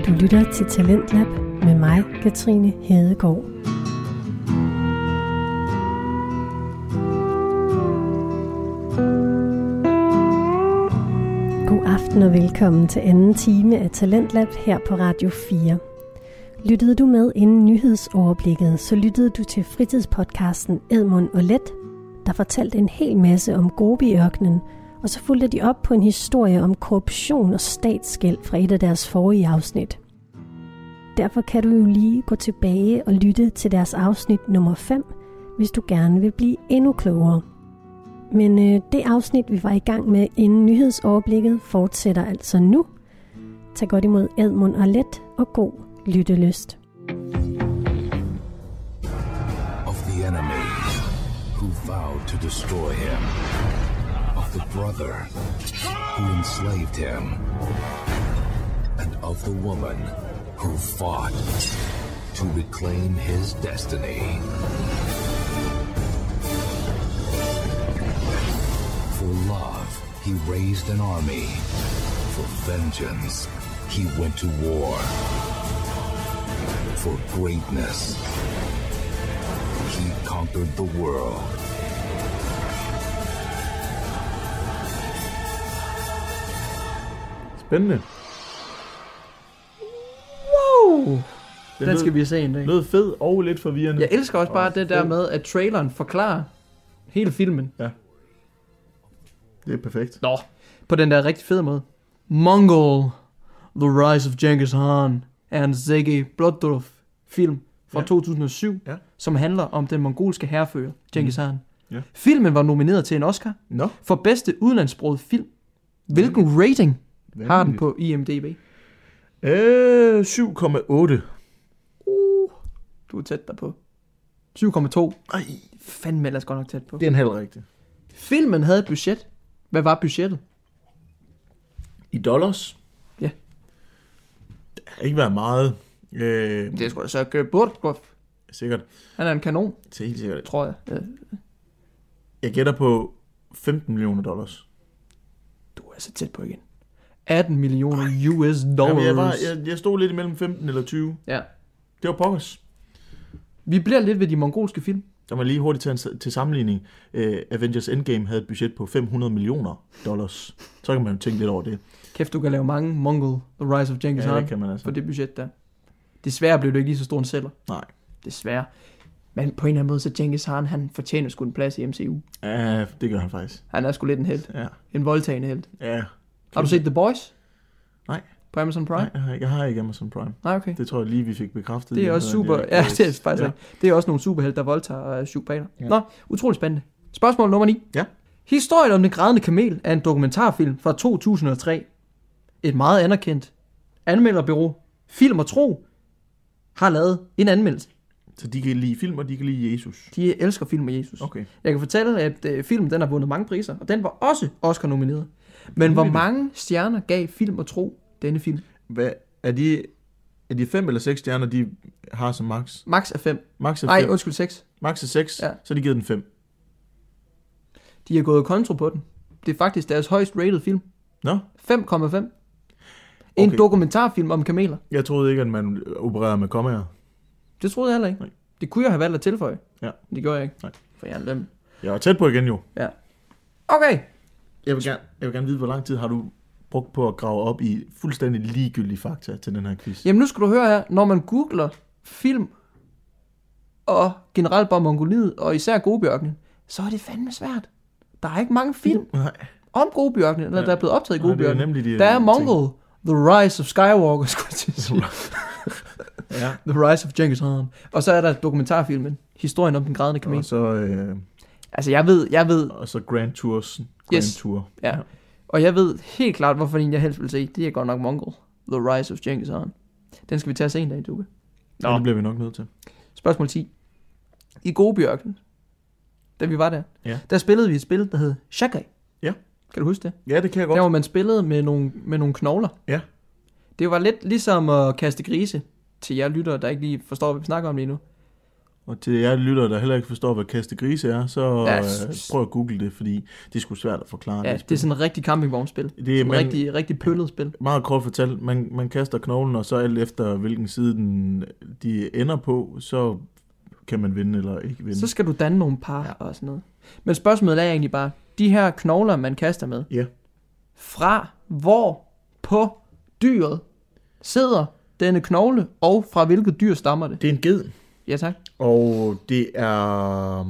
Du lytter til Talentlab med mig, Katrine Hedegaard. God aften og velkommen til anden time af Talentlab her på Radio 4. Lyttede du med inden nyhedsoverblikket, så lyttede du til fritidspodcasten Edmund og Let, der fortalte en hel masse om Gobi-ørkenen, og så fulgte de op på en historie om korruption og statsgæld fra et af deres forrige afsnit. Derfor kan du jo lige gå tilbage og lytte til deres afsnit nummer 5, hvis du gerne vil blive endnu klogere. Men det afsnit, vi var i gang med inden nyhedsoverblikket, fortsætter altså nu. Tag godt imod Edmund og Let og god lyttelyst. Of the enemy who vowed to destroy him. Of the brother who enslaved him. And of the woman who fought to reclaim his destiny. For love, he raised an army. For vengeance, he went to war. For greatness, he conquered the world. Spændende. Wow! Den skal vi se en dag. Lød fed og lidt forvirrende. Jeg elsker også bare det der med, at traileren forklarer hele filmen. Ja. Det er perfekt. Nå, på den der rigtig fede måde. Mongol, The Rise of Genghis Khan, er en Sergej Blodorov film fra 2007, som handler om den mongolske hærfører, Genghis Khan. Ja. Filmen var nomineret til en Oscar for bedste udenlandssproget film. Hvilken rating har den på IMDb? 7,8. Du er tæt derpå. 7,2. Ej. Fandme ellers godt nok tæt på. Det er en halv rigtig. Filmen havde et budget. Hvad var budgettet? I dollars? Ja. Det har ikke været meget. Det er sgu da så Bortgov. Sikkert. Han er en kanon. Det er helt sikkert. Tror jeg. Jeg gætter på $15 million. Du er så tæt på igen. 18 millioner US dollars. Jamen, jeg stod lidt imellem 15 eller 20. Ja. Det var pokkers. Vi bliver lidt ved de mongolske film. Der var lige hurtigt til sammenligning. Avengers Endgame havde et budget på $500 millioner. Så kan man jo tænke lidt over det. Kæft, du kan lave mange Mongol, The Rise of Genghis Khan, det kan man altså. For det budget der. Desværre blev det ikke lige så stor en sælger. Nej. Desværre. Men på en eller anden måde, så Genghis Khan, han fortjener sgu en plads i MCU. Ja, det gør han faktisk. Han er sgu lidt en helt. Ja. En voldtagende helt. Ja. Har du set The Boys? Nej. På Amazon Prime? Nej, jeg har ikke Amazon Prime. Nej, okay. Det tror jeg lige, vi fik bekræftet. Det er også super. Ja, det er faktisk ikke. Det er også nogle superhelte, der voldtager psykopater. Ja. Nå, utrolig spændende. Spørgsmål nummer 9. Ja. Historien om den grædende kamel er en dokumentarfilm fra 2003. Et meget anerkendt anmelderbureau, Film og Tro, har lavet en anmeldelse. Så de kan lide film, og de kan lide Jesus? De elsker film og Jesus. Okay. Jeg kan fortælle, at filmen den har vundet mange priser, og den var også Oscar-nomineret. Men hvor mange stjerner gav Film og Tro denne film? Hvad, er de 5 eller 6 stjerner, de har som max? Max er 5. Max er 5. Nej, undskyld, 6. Max er 6, ja. Så de givet den 5. De har gået kontro på den. Det er faktisk deres højst rated film. Nå? 5,5. En dokumentarfilm om kameler. Jeg troede ikke, at man opererede med kommaer. Det troede jeg heller ikke. Nej. Det kunne jeg have valgt at tilføje. Ja. Men det gjorde jeg ikke. Nej. For jeg er dem. Jeg var tæt på igen jo. Ja. Okay. Jeg vil gerne vide, hvor lang tid har du brugt på at grave op i fuldstændig ligegyldige fakta til den her quiz? Jamen nu skal du høre her. Når man googler film og generelt bare Mongoliet, og især Gobi-ørkenen, så er det fandme svært. Der er ikke mange film om Gobi-ørkenen, eller der er blevet optaget i Gobi-ørkenen. Der er Mongol, The Rise of Skywalker, skulle jeg sige. Ja. The Rise of Genghis Khan. Og så er der dokumentarfilmen, historien om den grædende kamel. Og så... altså jeg ved... Og så Grand Tours. Tour. Ja. Og jeg ved helt klart, hvorfor jeg helst vil se. Det er godt nok Mongol. The Rise of Genghis Khan. Den skal vi tage os en dag, Duke. Ja, det bliver vi nok nødt til. Spørgsmål 10. I Gobi-ørkenen, da vi var der, der spillede vi et spil, der hed Shakai. Ja. Kan du huske det? Ja, det kan jeg godt. Der hvor man spillede med nogle knogler. Ja. Det var lidt ligesom at kaste grise til jer lyttere, der ikke lige forstår, hvad vi snakker om lige nu. Og til jer lyttere, der heller ikke forstår, hvad kaste grise er, så prøv at google det, fordi det er sgu svært at forklare. Ja, det er sådan en rigtig campingvognspil. Det er et rigtig pøllet spil. Meget kort fortalt, man kaster knoglen, og så alt efter hvilken side de ender på, så kan man vinde eller ikke vinde. Så skal du danne nogle par og sådan noget. Men spørgsmålet er egentlig bare, de her knogler, man kaster med, fra hvor på dyret sidder denne knogle, og fra hvilket dyr stammer det? Det er en ged. Ja, tak. Og det er...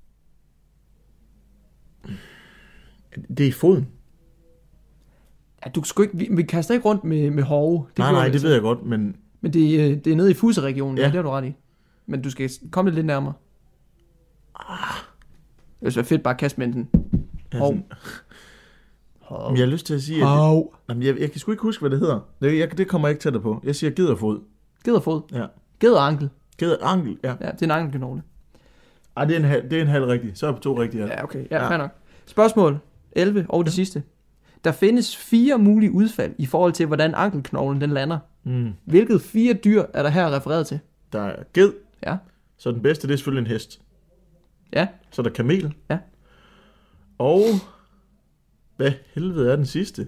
Det er i foden. Ja, du skal ikke... Vi kaster ikke rundt med hove. Nej, det ved jeg godt, men... Men det er nede i fuseregionen, det har du ret i. Men du skal komme lidt nærmere. Det ville være fedt bare at kaste med den. Hov. Men jeg har lyst til at sige... At jeg kan sgu ikke huske, hvad det hedder. Det kommer jeg ikke tættere på. Jeg siger gederfod. Gederfod? Ja. Gederankel. Gederankel, ja. Ja, det er en ankelknogle. Ej, det er en halv rigtig. Så er på 2 rigtige. Ja, okay. Ja, fair nok. Spørgsmål 11 og det sidste. Der findes 4 mulige udfald i forhold til, hvordan ankelknoglen den lander. Hvilket 4 dyr er der her refereret til? Der er ged. Ja. Så den bedste, det er selvfølgelig en hest. Ja. Så er der kamel. Ja. Og... Hvad helvede er den sidste?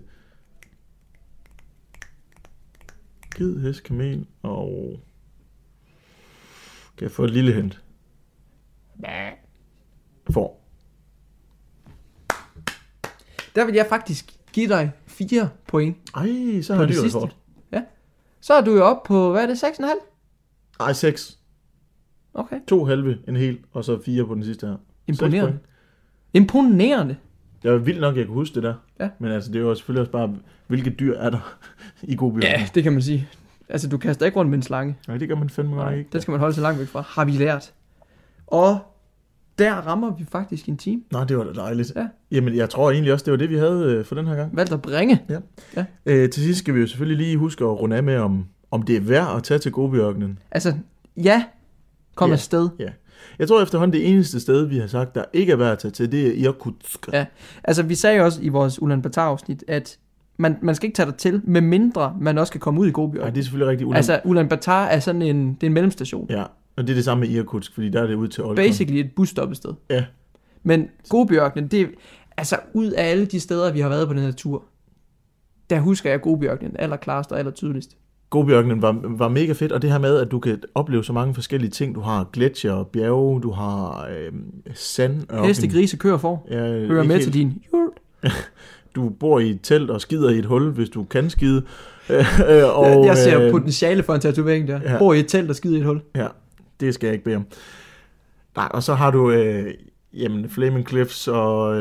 Ged, hest, kamel og... Kan jeg få et lille hint? For. Der vil jeg faktisk give dig 4 point. Ej, så har dyret fået. Ja. Så er du jo oppe på, hvad er det, 6,5? Ej, 6. Okay. 2 halve, en hel, og så 4 på den sidste her. Imponerende. Imponerende. Det var vildt nok, jeg kunne huske det der. Ja. Men altså, det er jo selvfølgelig også bare, hvilke dyr er der i god bjørn. Ja, det kan man sige. Altså, du kaster ikke rundt med en slange. Nej, det gør man fandme godt ikke. Det skal man holde så langt væk fra. Har vi lært. Og der rammer vi faktisk en time. Nej, det var da dejligt. Ja. Jamen, jeg tror egentlig også, det var det, vi havde for den her gang. Valgt at bringe. Ja. Til sidst skal vi jo selvfølgelig lige huske at runde af med, om det er værd at tage til Gobiørkenen. Altså, ja. Kom afsted. Ja. Jeg tror efterhånden, det eneste sted, vi har sagt, der ikke er værd at tage til, det er Irkutsk. Ja, altså vi sagde jo også i vores Ulaanbaatar-afsnit, at man skal ikke tage dig til, med mindre man også kan komme ud i Gobiørkenen. Nej, det er selvfølgelig rigtigt. Altså Ulaanbaatar er sådan det er en mellemstation. Ja, og det er det samme med Irkutsk, fordi der er det ud til Aalborg. Basically et busstoppested. Ja. Men Gobiørkenen, det er, altså ud af alle de steder, vi har været på den her tur, der husker jeg Gobiørkenen allerklarest og allertydeligst. Gobiørkenen var mega fedt, og det her med, at du kan opleve så mange forskellige ting. Du har gletsjer, bjerge, du har sand. Heste, grise, køer, får. Ja, hører med til din jul. Du bor i et telt og skider i et hul, hvis du kan skide. Og, jeg ser potentiale for en tatovering der. Ja. Bor i et telt og skider i et hul. Ja, det skal jeg ikke bede om. Nej, og så har du Flaming Cliffs og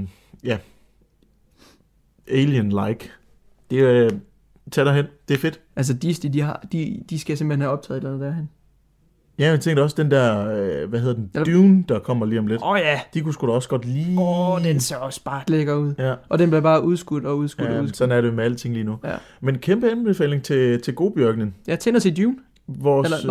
Alien-like. Det er... Tag derhen, det er fedt. Altså Disney, de skal simpelthen have optaget et eller andet derhen. Ja, jeg tænkte også den der, Dune, der kommer lige om lidt. Ja. De kunne sgu da også godt lige... den ser også bare lækker ud. Ja. Og den bliver bare udskudt. Sådan er det med alting lige nu. Ja. Men kæmpe anbefaling til Gobiørkenen. Ja, tænder til Dune. Vores,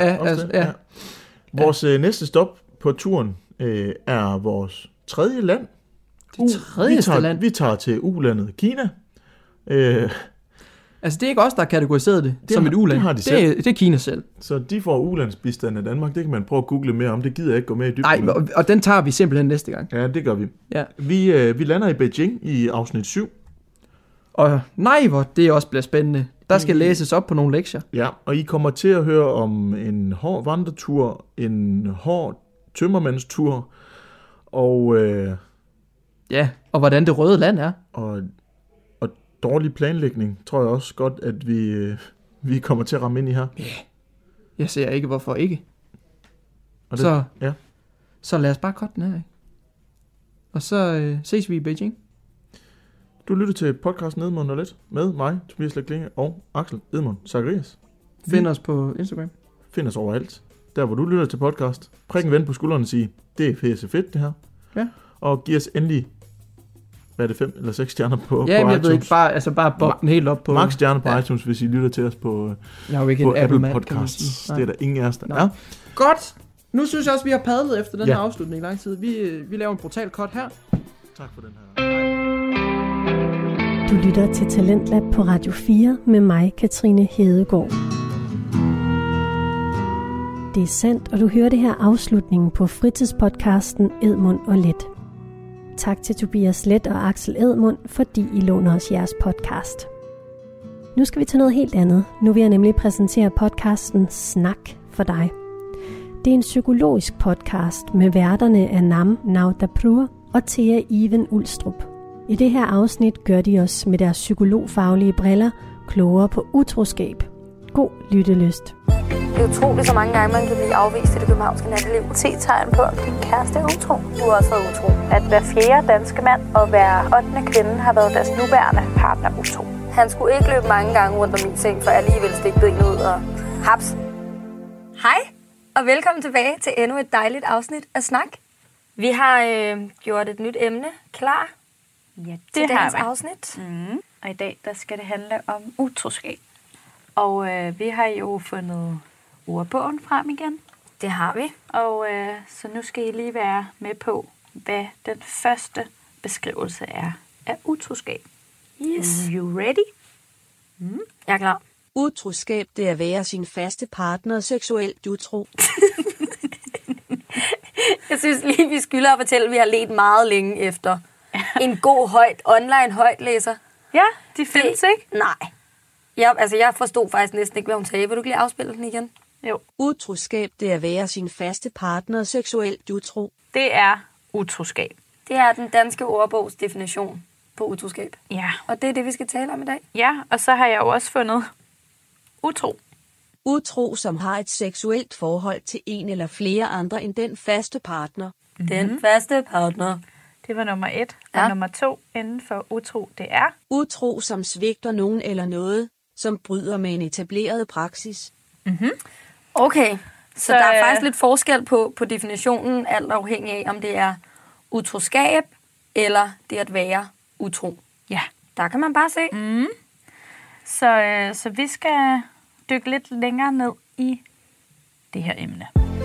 Vores næste stop på turen er vores 3. land. Det 3. land? Vi tager til ulandet Kina. Altså det er ikke os, der har kategoriseret det som et uland. Det har de selv. Det er Kina selv. Så de får ulandsbistand af Danmark. Det kan man prøve at google mere om. Det gider jeg ikke gå med i dybden. Nej, og den tager vi simpelthen næste gang. Ja, det gør vi. Ja. Vi lander i Beijing i afsnit 7. Og nej, hvor det også bliver spændende. Der skal læses op på nogle lektier. Ja, og I kommer til at høre om en hård vandretur, en hård tømmermandstur, og... ja, og hvordan det røde land er. Og dårlig planlægning, tror jeg også godt, at vi kommer til at ramme ind i her. Ja. Jeg ser ikke, hvorfor ikke. Og det, så lad os bare cutte den her. Og så ses vi i Beijing. Du lytter til podcasten Edmund og Let med mig, Tobias Leklinge og Axel Edmund Zacharias. Find os på Instagram. Find os overalt. Der hvor du lytter til podcast. Prik en ven på skulderen og sige, det er pisse fedt det her. Ja. Og giv os endelig, hvad er det, 5 eller 6 stjerner på ja, på jeg iTunes. ved ikke, bare bare bob den helt op på... Max stjerner på iTunes, hvis I lytter til os på Apple Podcasts. Det er der ingen af os, der er. Godt! Nu synes jeg også, vi har padlet efter den her afslutning i lang tid. Vi laver en brutal cut her. Tak for den her. Du lytter til Talentlab på Radio 4 med mig, Katrine Hedegaard. det er sandt, og du hører det her afslutningen på fritidspodcasten Edmund og Let. Tak til Tobias Let og Axel Edmund, fordi I låner os jeres podcast. Nu skal vi til noget helt andet. Nu vil jeg nemlig præsentere podcasten Snak for dig. Det er en psykologisk podcast med værterne Anam Nautaprur og Thea Iven Ulstrup. I det her afsnit gør de os med deres psykologfaglige briller klogere på utroskab. God lyttelyst. Det er utroligt, så mange gange man kan blive afvist i det københavnske natteliv. Se tegn på, at din kæreste er utro. Du har også været utro. At hver fjerde danske mand og hver 8. kvinde har været deres nuværende partner utro. Han skulle ikke løbe mange gange rundt om min seng, for alligevel stikket en ud og haps. Hej, og velkommen tilbage til endnu et dejligt afsnit af Snak. Vi har gjort et nyt emne klar til dagens afsnit. Og i dag der skal det handle om utroskab. Og vi har jo fundet ordbogen frem igen. Det har vi. Og så nu skal I lige være med på, hvad den første beskrivelse er af utroskab. Yes. You ready? Jeg er klar. Utroskab, det er at være sin faste partner seksuelt utro. Jeg synes lige, vi skylder at fortælle, at vi har ledt meget længe efter en god online højtlæser. Ja, de findes ikke? Nej. Jeg forstod faktisk næsten ikke, hvad hun sagde. Vil du lige afspille den igen? Jo. Utroskab, det er at være sin faste partner seksuelt utro. Det er utroskab. Det er den danske ordbogs definition på utroskab. Ja. Og det er det, vi skal tale om i dag. Ja, og så har jeg jo også fundet utro. Utro, som har et seksuelt forhold til en eller flere andre end den faste partner. Den faste partner. Det var nummer 1. Og nummer 2 inden for utro, det er Utro, som svigter nogen eller noget, som bryder med en etableret praksis. Okay, så der er faktisk lidt forskel på definitionen, alt afhængig af, om det er utroskab, eller det at være utro. Ja. Der kan man bare se. Så vi skal dykke lidt længere ned i det her emne.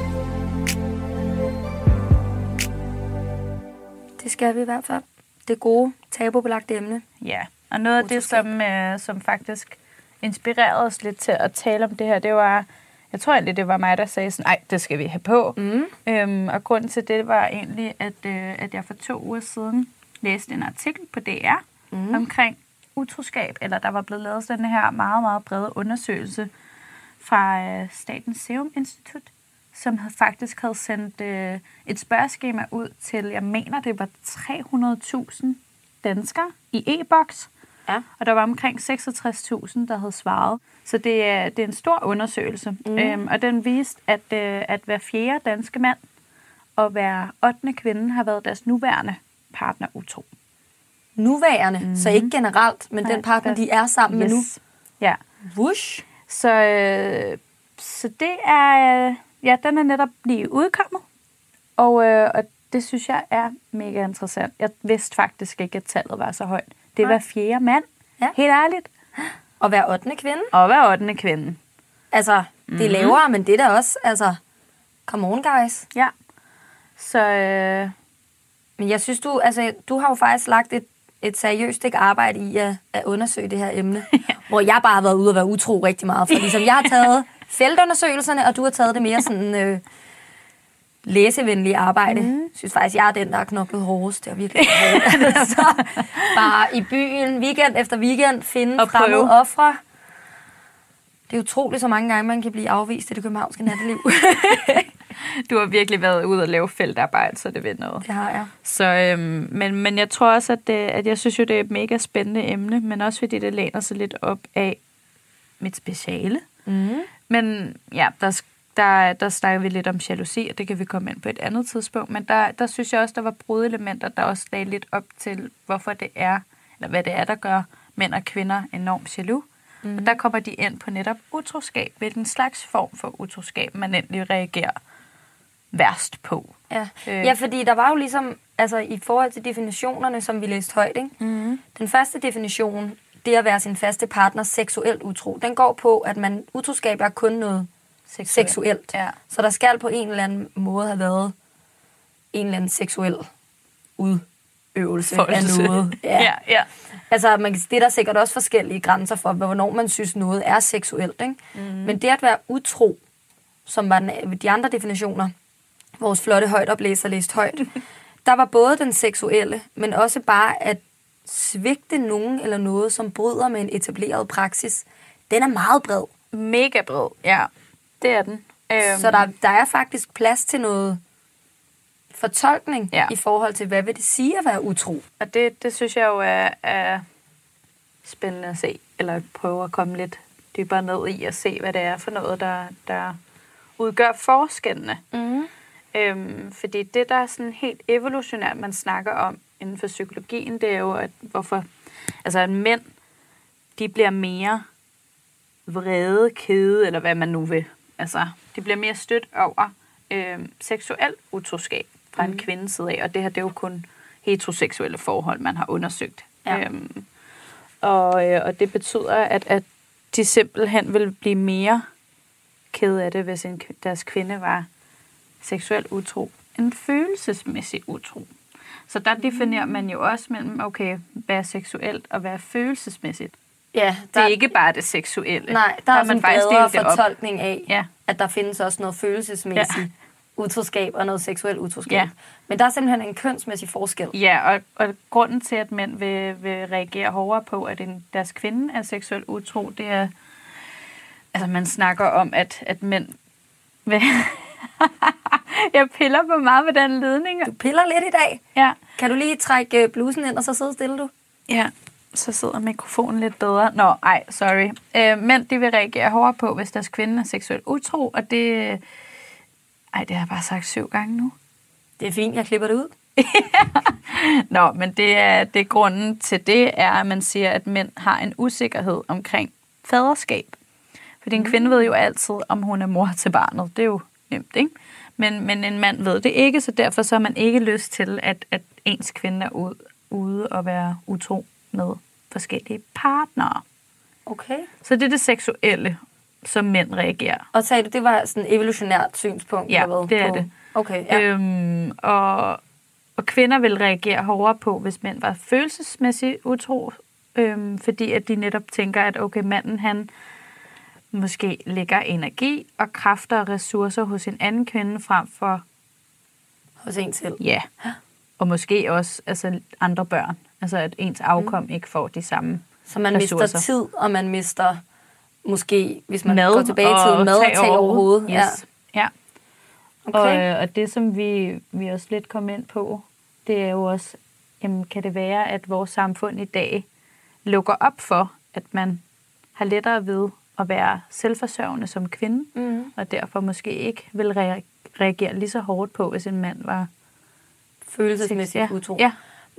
Det skal vi i hvert fald. Det gode, tabubelagte emne. Ja, og noget af det, som faktisk inspirerede os lidt til at tale om det her, det var, jeg tror egentlig, det var mig, der sagde sådan, nej, det skal vi have på. Og grunden til det var egentlig, at jeg for 2 uger siden læste en artikel på DR omkring utroskab, eller der var blevet lavet sådan her meget, meget brede undersøgelse fra Statens Serum Institut, som faktisk havde sendt et spørgeskema ud til, jeg mener, det var 300.000 danskere i e-boks. Ja. Og der var omkring 66.000, der havde svaret. Så det er en stor undersøgelse. Og den viste, at hver fjerde danske mand og hver 8. kvinde har været deres nuværende partner utro. Nuværende, så ikke generelt, men den partner, de er sammen med nu. Ja. Whoosh. Så det er... Ja, den er netop lige udkommet, og det synes jeg er mega interessant. Jeg vidste faktisk ikke, at tallet var så højt. Det var 4. mand, helt ærligt. Og hver 8. kvinde. Og hver 8. kvinde. Altså, det er lavere, men det er da også, altså, come on guys. Ja. Så... Men jeg synes, du har jo faktisk lagt et seriøst stykke arbejde i at undersøge det her emne, hvor jeg bare har været ude og være utro rigtig meget. For ligesom jeg har taget feltundersøgelserne, og du har taget det mere sådan læsevenlige arbejde. Jeg synes faktisk, jeg er den, der har knoklet hårdest. Det er virkelig hårdt. Altså, bare i byen, weekend efter weekend, finde fremmede ofre. Det er utroligt, så mange gange man kan blive afvist i det københavnske natteliv. Du har virkelig været ude og lave feltarbejde, så det ved noget. Det har jeg. Så, men jeg tror også, at jeg synes jo, det er et mega spændende emne, men også fordi det læner sig lidt op af mit speciale. Men ja, der snakker vi lidt om jalousi, og det kan vi komme ind på et andet tidspunkt. Men der synes jeg også, der var brudelementer, der også lagde lidt op til, hvorfor det er, eller hvad det er, der gør mænd og kvinder enormt jaloux. Og der kommer de ind på netop utroskab. Hvilken slags form for utroskab man endelig reagerer værst på. Ja. Ja, fordi der var jo ligesom, altså i forhold til definitionerne, som vi læste højt, ikke? Den første definition, det at være sin faste partner seksuelt utro, den går på, at utroskab er kun noget seksuelt. Ja. Så der skal på en eller anden måde have været en eller anden seksuel udøvelse af noget. Ja. Altså, det er der sikkert også forskellige grænser for, hvornår man synes noget er seksuelt, ikke? Men det at være utro, som var de andre definitioner, vores flotte højtoplæser læst højt, der var både den seksuelle, men også bare at svigte nogen eller noget, som bryder med en etableret praksis. Den er meget bred. Mega bred, ja. Det er den. Så der er faktisk plads til noget fortolkning i forhold til, hvad vil det sige at være utro? Og det synes jeg jo er spændende at se, eller prøve at komme lidt dybere ned i og se, hvad det er for noget, der udgør forskellene. Fordi det, der er sådan helt evolutionært, man snakker om inden for psykologien, det er jo, at at mænd, de bliver mere vrede, kede, eller hvad man nu vil. Altså, de bliver mere stødt over seksuel utroskab fra en kvindes side af, og det her, det er jo kun heteroseksuelle forhold, man har undersøgt. Ja. Og det betyder, at de simpelthen vil blive mere kede af det, hvis deres kvinde var seksuelt utro end følelsesmæssigt utro. Så der definerer man jo også mellem, okay, hvad er seksuelt og hvad er følelsesmæssigt. Ja, det er ikke bare det seksuelle. Nej, der er man en bredere fortolkning af, at der findes også noget følelsesmæssigt utroskab og noget seksuelt utroskab. Ja. Men der er simpelthen en kønsmæssig forskel. Ja, og grunden til, at mænd vil reagere hårdere på, at deres kvinde er seksuelt utro, det er, altså man snakker om, at mænd vil... Jeg piller på meget med den ledning. Du piller lidt i dag? Ja. Kan du lige trække blusen ind, og så sidde stille, du? Ja, så sidder mikrofonen lidt bedre. Nå, sorry. Mænd, de vil reagere hårdere på, hvis deres kvinde er seksuelt utro, og det... det har jeg bare sagt 7 gange nu. Det er fint, jeg klipper det ud. Nå, men det er grunden til det, er, at man siger, at mænd har en usikkerhed omkring faderskab. Fordi en kvinde ved jo altid, om hun er mor til barnet. Det er jo nemt, ikke? Men en mand ved det ikke, så derfor så har man ikke lyst til, at ens kvinde er ude og være utro med forskellige partnere. Okay. Så det er det seksuelle, som mænd reagerer. Og sagde du, det var sådan et evolutionært synspunkt? Ja, eller hvad, det er det. Okay, ja. Og kvinder vil reagere hårdere på, hvis mænd var følelsesmæssigt utro, fordi at de netop tænker, at okay, manden han måske lægger energi og kræfter og ressourcer hos en anden kvinde frem for hos en selv. Ja, og måske også andre børn. Altså at ens afkom ikke får de samme så man ressourcer. Mister tid, og man mister måske, hvis man går tilbage til mad og tag over hovedet. Yes. Ja. Okay. Og det, som vi også lidt kom ind på, det er jo også, jamen, kan det være, at vores samfund i dag lukker op for, at man har lettere ved at være selvforsørgende som kvinde, og derfor måske ikke vil reagere lige så hårdt på, hvis en mand var følelsesmæssigt utro. Ja.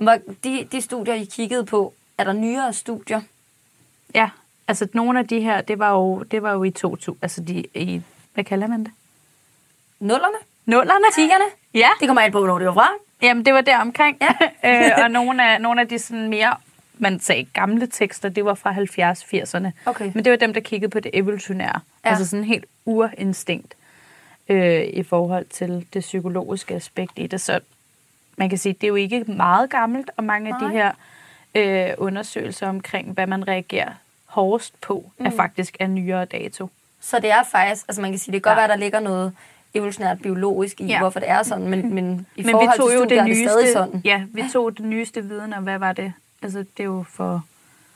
De studier, I kiggede på, er der nyere studier? Ja, altså nogle af de her, det var jo i 2000, altså hvad kalder man det? Nullerne? Nullerne? Tierne? Ja. Det kommer an på, hvornår det var fra. Jamen, det var der omkring. Ja. Og nogle af de sådan mere, man sagde gamle tekster, det var fra 70-80'erne. Okay. Men det var dem, der kiggede på det evolutionære. Ja. Altså sådan helt urinstinkt i forhold til det psykologiske aspekt i det. Så man kan sige, det er jo ikke meget gammelt, og mange af de her undersøgelser omkring, hvad man reagerer hårdest på, er faktisk af nyere dato. Så det er faktisk, altså man kan sige, det kan godt være, der ligger noget evolutionært biologisk i, hvorfor det er sådan, men i forhold til studier er det stadig sådan. Ja, vi tog det nyeste viden, og hvad var det? Altså, det er jo for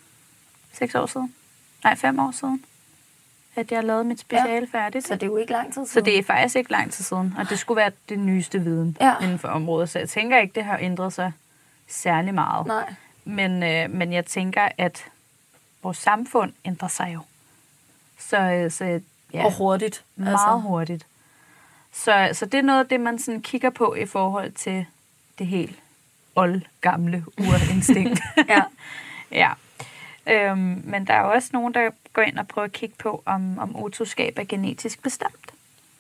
6 år siden. Nej, 5 år siden, at jeg lavede mit speciale færdigt. Så det er jo ikke lang tid siden. Så det er faktisk ikke lang tid siden, og det skulle være det nyeste viden inden for området. Så jeg tænker ikke, det har ændret sig særlig meget. Nej. Men jeg tænker, at vores samfund ændrer sig jo. Så og hurtigt. Meget hurtigt. Så det er noget af det, man sådan kigger på i forhold til det helt oldgamle urinstinkt. Ja. Men der er jo også nogen, der går ind og prøver at kigge på, om utroskab er genetisk bestemt.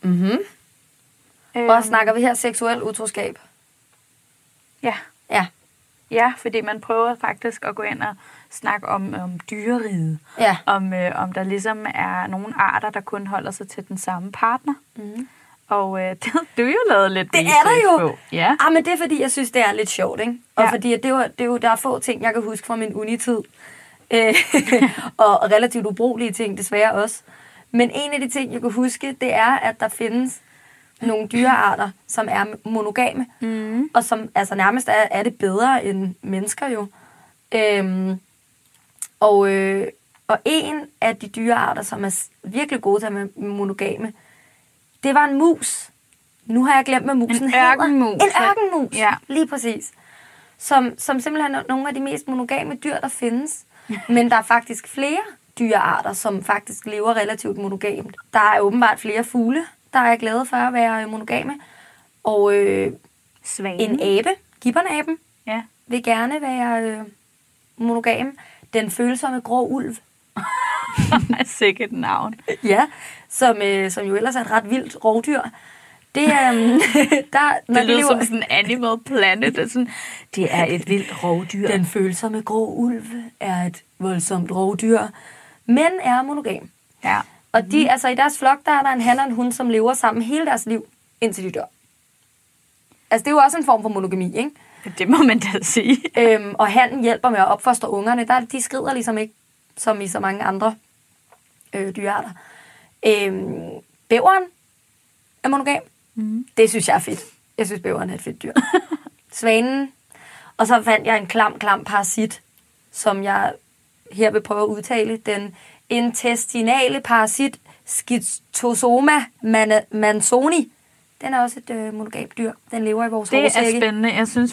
Og snakker vi her seksuel utroskab? Ja. Ja. Ja, fordi man prøver faktisk at gå ind og snakke om dyreriget. Ja. Om der ligesom er nogle arter, der kun holder sig til den samme partner. Og det har du jo lavet lidt det er der jo. På. Ja. Men det er fordi, jeg synes, det er lidt sjovt, ikke? Og fordi at det er jo, der er få ting, jeg kan huske fra min unitid. Og relativt ubrugelige ting, desværre også. Men en af de ting, jeg kan huske, det er, at der findes nogle dyrearter, som er monogame, og som altså nærmest er det bedre end mennesker jo. Og en af de dyrearter, som er virkelig gode til at være monogame, det var en mus. Nu har jeg glemt, hvad musen hedder. En ørkenmus, ja. Lige præcis. Som simpelthen er nogle af de mest monogame dyr, der findes. Men der er faktisk flere dyrearter, som faktisk lever relativt monogamt. Der er åbenbart flere fugle, der er glade for at være monogame. Og en abe, gibbonaben, vil gerne være monogame. Den følsomme grå ulv. Sikkert navn. Ja, som jo ellers er et ret vildt rovdyr. Det lyder som sådan en Animal Planet. Det er et vildt rovdyr. Den følsomme grå ulv er et voldsomt rovdyr, men er monogam. Ja. Og altså i deres flok, der er der en han og en hun, som lever sammen hele deres liv, indtil de dør. Altså det er jo også en form for monogami, ikke? Det må man da sige. Og hannen hjælper med at opfostre ungerne. De skrider ligesom ikke, som i så mange andre dyrearter. Bæveren er monogam. Det synes jeg er fedt. Jeg synes, bæveren er et fedt dyr. Svanen. Og så fandt jeg en klam parasit, som jeg her vil prøve at udtale. Den intestinale parasit Schistosoma manzoni. Den er også et monogamt dyr. Den lever i vores hårsække. Det er spændende. Jeg synes...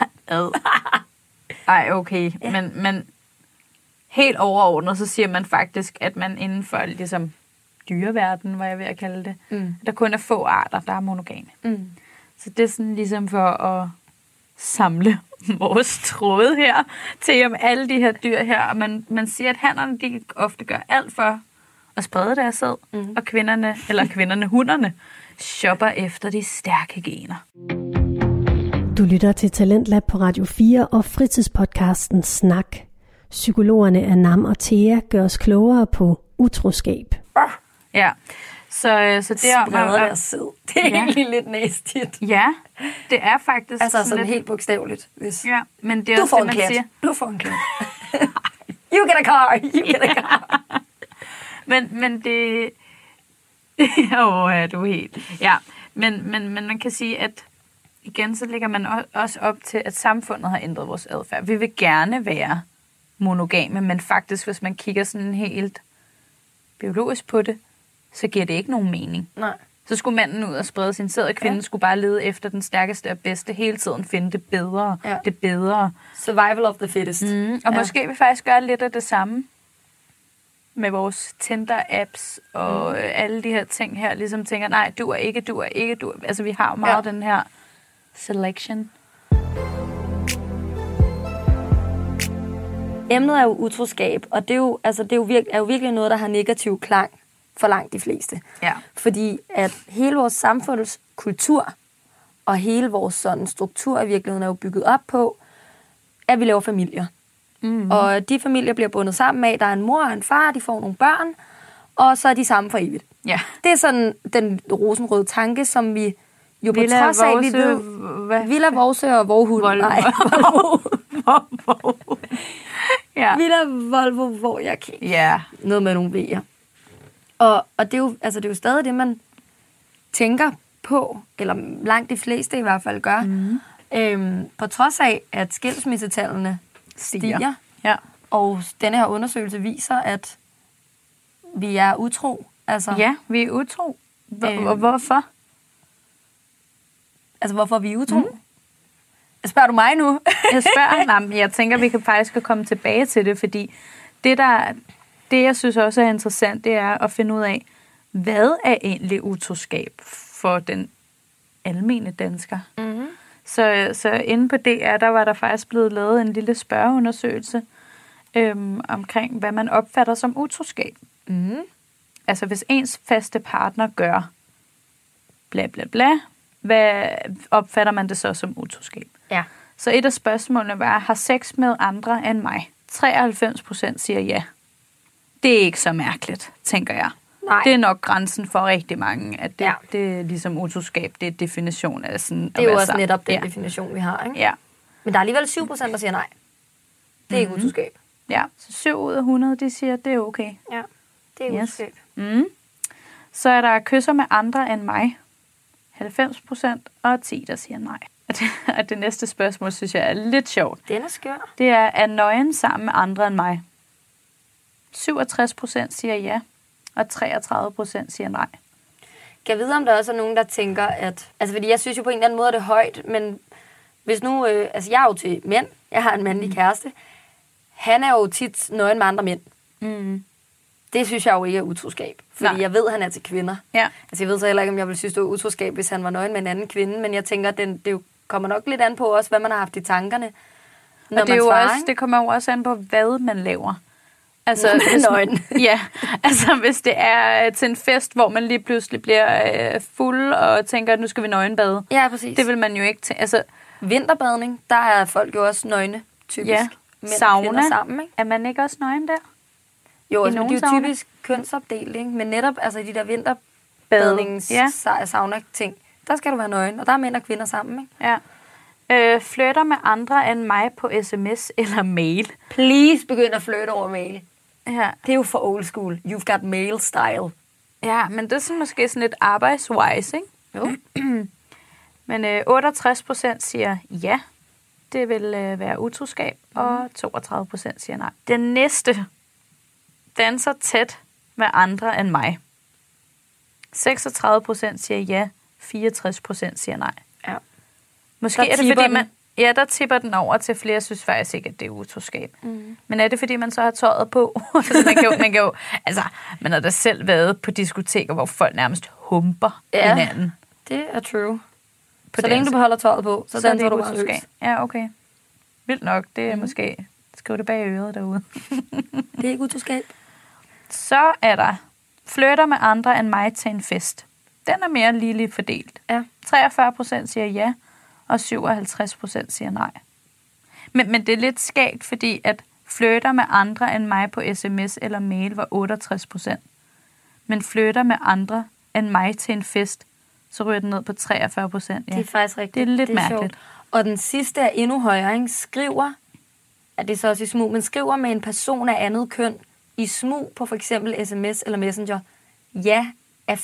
Ej, okay. Ja. Men helt overordnet, så siger man faktisk, at man inden for ligesom dyreverden, hvad jeg vil kalde det, der kun er få arter, der er monogame. Så det er sådan ligesom for at samle vores tråde her til om alle de her dyr her. Og man siger, at hannerne, de ofte gør alt for at sprede deres sæd, og hunderne, shopper efter de stærke gener. Du lytter til Talentlab på Radio 4 og fritidspodcasten Snak. Psykologerne Anam og Thea gør os klogere på utroskab. Ja, så det er... Spreder deres sæd. Det er egentlig lidt næstigt. Ja, det er faktisk... Altså sådan helt bogstaveligt. Hvis... Ja, men det er også det, man siger. Du får en klat. You get a car. You get a car. men det... du er helt... Ja, men man kan sige, at igen, så ligger man også op til, at samfundet har ændret vores adfærd. Vi vil gerne være monogame, men faktisk, hvis man kigger sådan helt biologisk på det, så giver det ikke nogen mening. Nej. Så skulle manden ud og sprede sin sæd, og kvinden skulle bare lede efter den stærkeste og bedste, hele tiden finde det bedre. Ja. Det bedre. Survival of the fittest. Og måske vil faktisk gøre lidt af det samme med vores Tinder-apps og alle de her ting her, ligesom tænker, nej, du er ikke. Altså, vi har meget den her selection. Emnet er jo utroskab, og det er jo virkelig noget, der har negativ klang for langt de fleste. Ja. Fordi at hele vores samfunds kultur og hele vores sådan struktur i virkeligheden er jo bygget op på, at vi laver familier. Og de familier bliver bundet sammen med, der er en mor og en far, de får nogle børn, og så er de sammen for evigt. Ja. Det er sådan den rosenrøde tanke, som vi jo på trods af, vi ved... Villa, Vorse og Vorhund. Nej, ja. Villa, Volvo, hvor jeg kan. Ja. Noget med nogle V'er. Og det er jo stadig det, man tænker på, eller langt de fleste i hvert fald gør. På trods af, at skilsmissetallene stiger. Ja. Og denne her undersøgelse viser, at vi er utro. Altså, ja, vi er utro. Og hvorfor? Altså, hvorfor er vi utro? Spørger du mig nu? Jeg tænker, vi kan faktisk komme tilbage til det, fordi det, jeg synes også er interessant, det er at finde ud af, hvad er egentlig utroskab for den almene dansker? Så inde på DR, der var der faktisk blevet lavet en lille spørgeundersøgelse omkring, hvad man opfatter som utroskab. Altså, hvis ens faste partner gør bla bla bla, hvad opfatter man det så som utroskab? Ja. Så et af spørgsmålene var, har sex med andre end mig? 93% siger ja. Det er ikke så mærkeligt, tænker jeg. Nej. Det er nok grænsen for rigtig mange, at det er ligesom utroskab, det er definition af sådan... Det er jo også netop den definition, vi har, ikke? Ja. Men der er alligevel 7%, der siger nej. Det er ikke utroskab. Ja, så 7 ud af 100, de siger, det er okay. Ja, det er utroskab. Så er der kysser med andre end mig. 90%, og 10, der siger nej. Og det næste spørgsmål, synes jeg er lidt sjovt. Den er skør. Det er nøgen sammen med andre end mig. 67% siger ja, og 33% siger nej. Kan jeg vide, om der også er nogen, der tænker, at... Altså, fordi jeg synes jo på en eller anden måde, at det er højt, men hvis nu... altså, jeg er jo til mænd. Jeg har en mandlig kæreste. Han er jo tit nøgen med andre mænd. Mm. Det synes jeg jo ikke er utroskab. Fordi jeg ved, at han er til kvinder. Ja. Altså, jeg ved så heller ikke, om jeg ville synes, det var utroskab, hvis han var nøgen med en anden kvinde. Men jeg tænker, at det jo kommer nok lidt an på også, hvad man har haft i tankerne. Og det, er jo også, det kommer jo også an på, hvad man laver. Altså, nøgen. Ja, altså hvis det er til en fest, hvor man lige pludselig bliver fuld og tænker, at nu skal vi nøgenbade. Ja, præcis. Det vil man jo ikke tænke. Altså, vinterbadning, der er folk jo også nøgne, typisk. Ja, sauna. Sammen, ikke? Er man ikke også nøgen der? Jo, altså, det er jo typisk kønsopdelt, ikke? Men netop altså, i de der vinterbadnings-sauna-ting, der skal du være nøgen, og der er mænd og kvinder sammen, ikke? Ja. Flytter med andre end mig på sms eller mail. Please begynd at flytte over mail. Ja. Det er jo for old school. You've got mail style. Ja, men det er sådan måske sådan lidt arbejdswise, ikke? Jo. Men 68% siger ja, det vil være utroskab, og 32% siger nej. Den næste danser tæt med andre end mig. 36% siger ja, 64% siger nej. Ja. Måske er det fordi man... Ja, der tipper den over til flere, synes faktisk ikke, at det er utroskab. Mm. Men er det fordi, man så har tøjet på? Altså, man kan jo altså, man har da selv været på diskoteker, hvor folk nærmest humper hinanden. Det er true. Så længe du beholder tøjet på, så danser du bare løs. Ja, okay. Vildt nok, det er måske... Skriv det bag øret derude. Det er ikke utroskab. Så er der flytter med andre end mig til en fest. Den er mere ligeligt fordelt. Ja. 43% siger ja, og 57% siger nej. Men det er lidt skægt, fordi at flytter med andre end mig på sms eller mail var 68%. Men flytter med andre end mig til en fest, så ryger den ned på 43%. Ja. Det er faktisk rigtigt. Det er lidt mærkeligt. Sjovt. Og den sidste er endnu højere, ikke? Skriver, at det er så også i smug, men skriver med en person af andet køn i smug på for eksempel sms eller messenger, ja er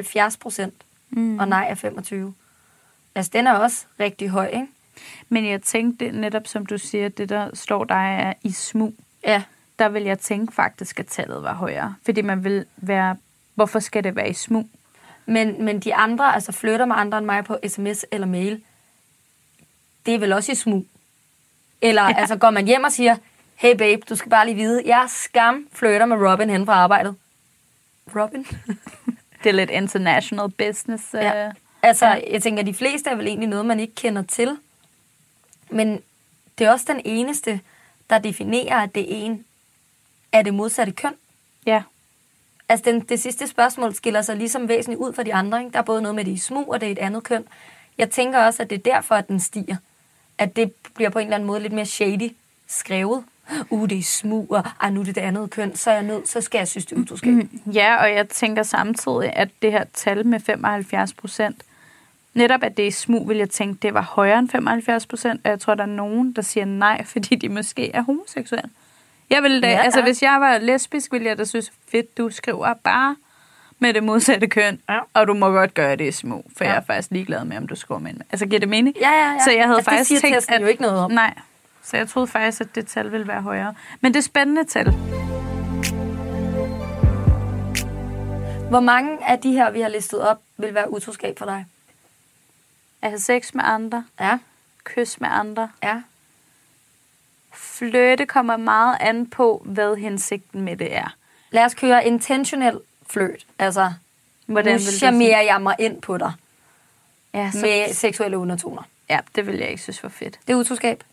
75%, og nej er 25%. Altså, den er også rigtig høj, ikke? Men jeg tænkte netop, som du siger, det der står der er i smug. Ja. Der vil jeg tænke faktisk, at tallet var højere. Fordi man vil være, hvorfor skal det være i smug? Men de andre, altså flytter med andre end mig på sms eller mail, det er vel også i smug. Eller altså går man hjem og siger, hey babe, du skal bare lige vide, jeg flytter med Robin hen fra arbejdet. Robin? Det er lidt international business. Ja. Altså, jeg tænker, de fleste er vel egentlig noget, man ikke kender til. Men det er også den eneste, der definerer, at det er en af det modsatte køn. Ja. Altså, det sidste spørgsmål skiller sig ligesom væsentligt ud fra de andre. Ikke? Der er både noget med det i smug, og det er et andet køn. Jeg tænker også, at det er derfor, at den stiger. At det bliver på en eller anden måde lidt mere shady skrevet. Det er smug, og nu er det andet køn, så er jeg nødt, så skal jeg synes, det er utroskab. Ja, og jeg tænker samtidig, at det her tal med 75%, netop at det er smug, vil jeg tænke, det var højere end 75%, og jeg tror, der er nogen, der siger nej, fordi de måske er homoseksuelle. Jeg ville da, altså hvis jeg var lesbisk, ville jeg da synes, fedt, du skriver bare med det modsatte køn, og du må godt gøre det i smug, for jeg er faktisk ligeglad med, om du skriver med. Altså, giver det mening? Ja. Så jeg havde altså, faktisk tænkt, at jo ikke noget om. Nej, så jeg troede faktisk, at det tal ville være højere. Men det er spændende tal. Hvor mange af de her, vi har listet op, vil være utroskab for dig? Altså sex med andre. Ja. Kys med andre. Ja. Flirte kommer meget an på, hvad hensigten med det er. Lad os køre intentionel flirt. Altså, hvordan nu charmerer jeg mig ind på dig. Ja, med seksuelle undertoner. Ja, det vil jeg ikke synes var fedt. Det er utroskab.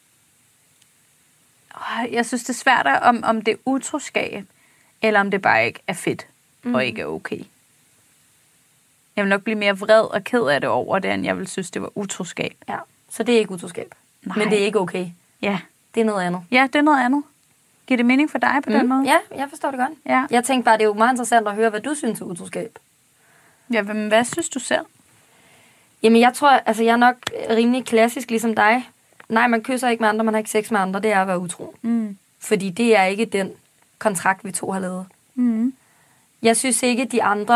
Jeg synes, det er svært, om det er utroskab, eller om det bare ikke er fedt, og ikke er okay. Jeg vil nok blive mere vred og ked af det over det, end jeg vil synes, det var utroskab. Ja, så det er ikke utroskab. Nej. Men det er ikke okay. Ja. Det er noget andet. Ja, det er noget andet. Giver det mening for dig på den måde? Ja, jeg forstår det godt. Ja. Jeg tænkte bare, det er jo meget interessant at høre, hvad du synes er utroskab. Ja, men hvad synes du selv? Jamen, jeg tror, altså jeg er nok rimelig klassisk, ligesom dig. Nej, man kysser ikke med andre, man har ikke sex med andre, det er at være utro. Fordi det er ikke den kontrakt, vi to har lavet. Jeg synes ikke, de andre,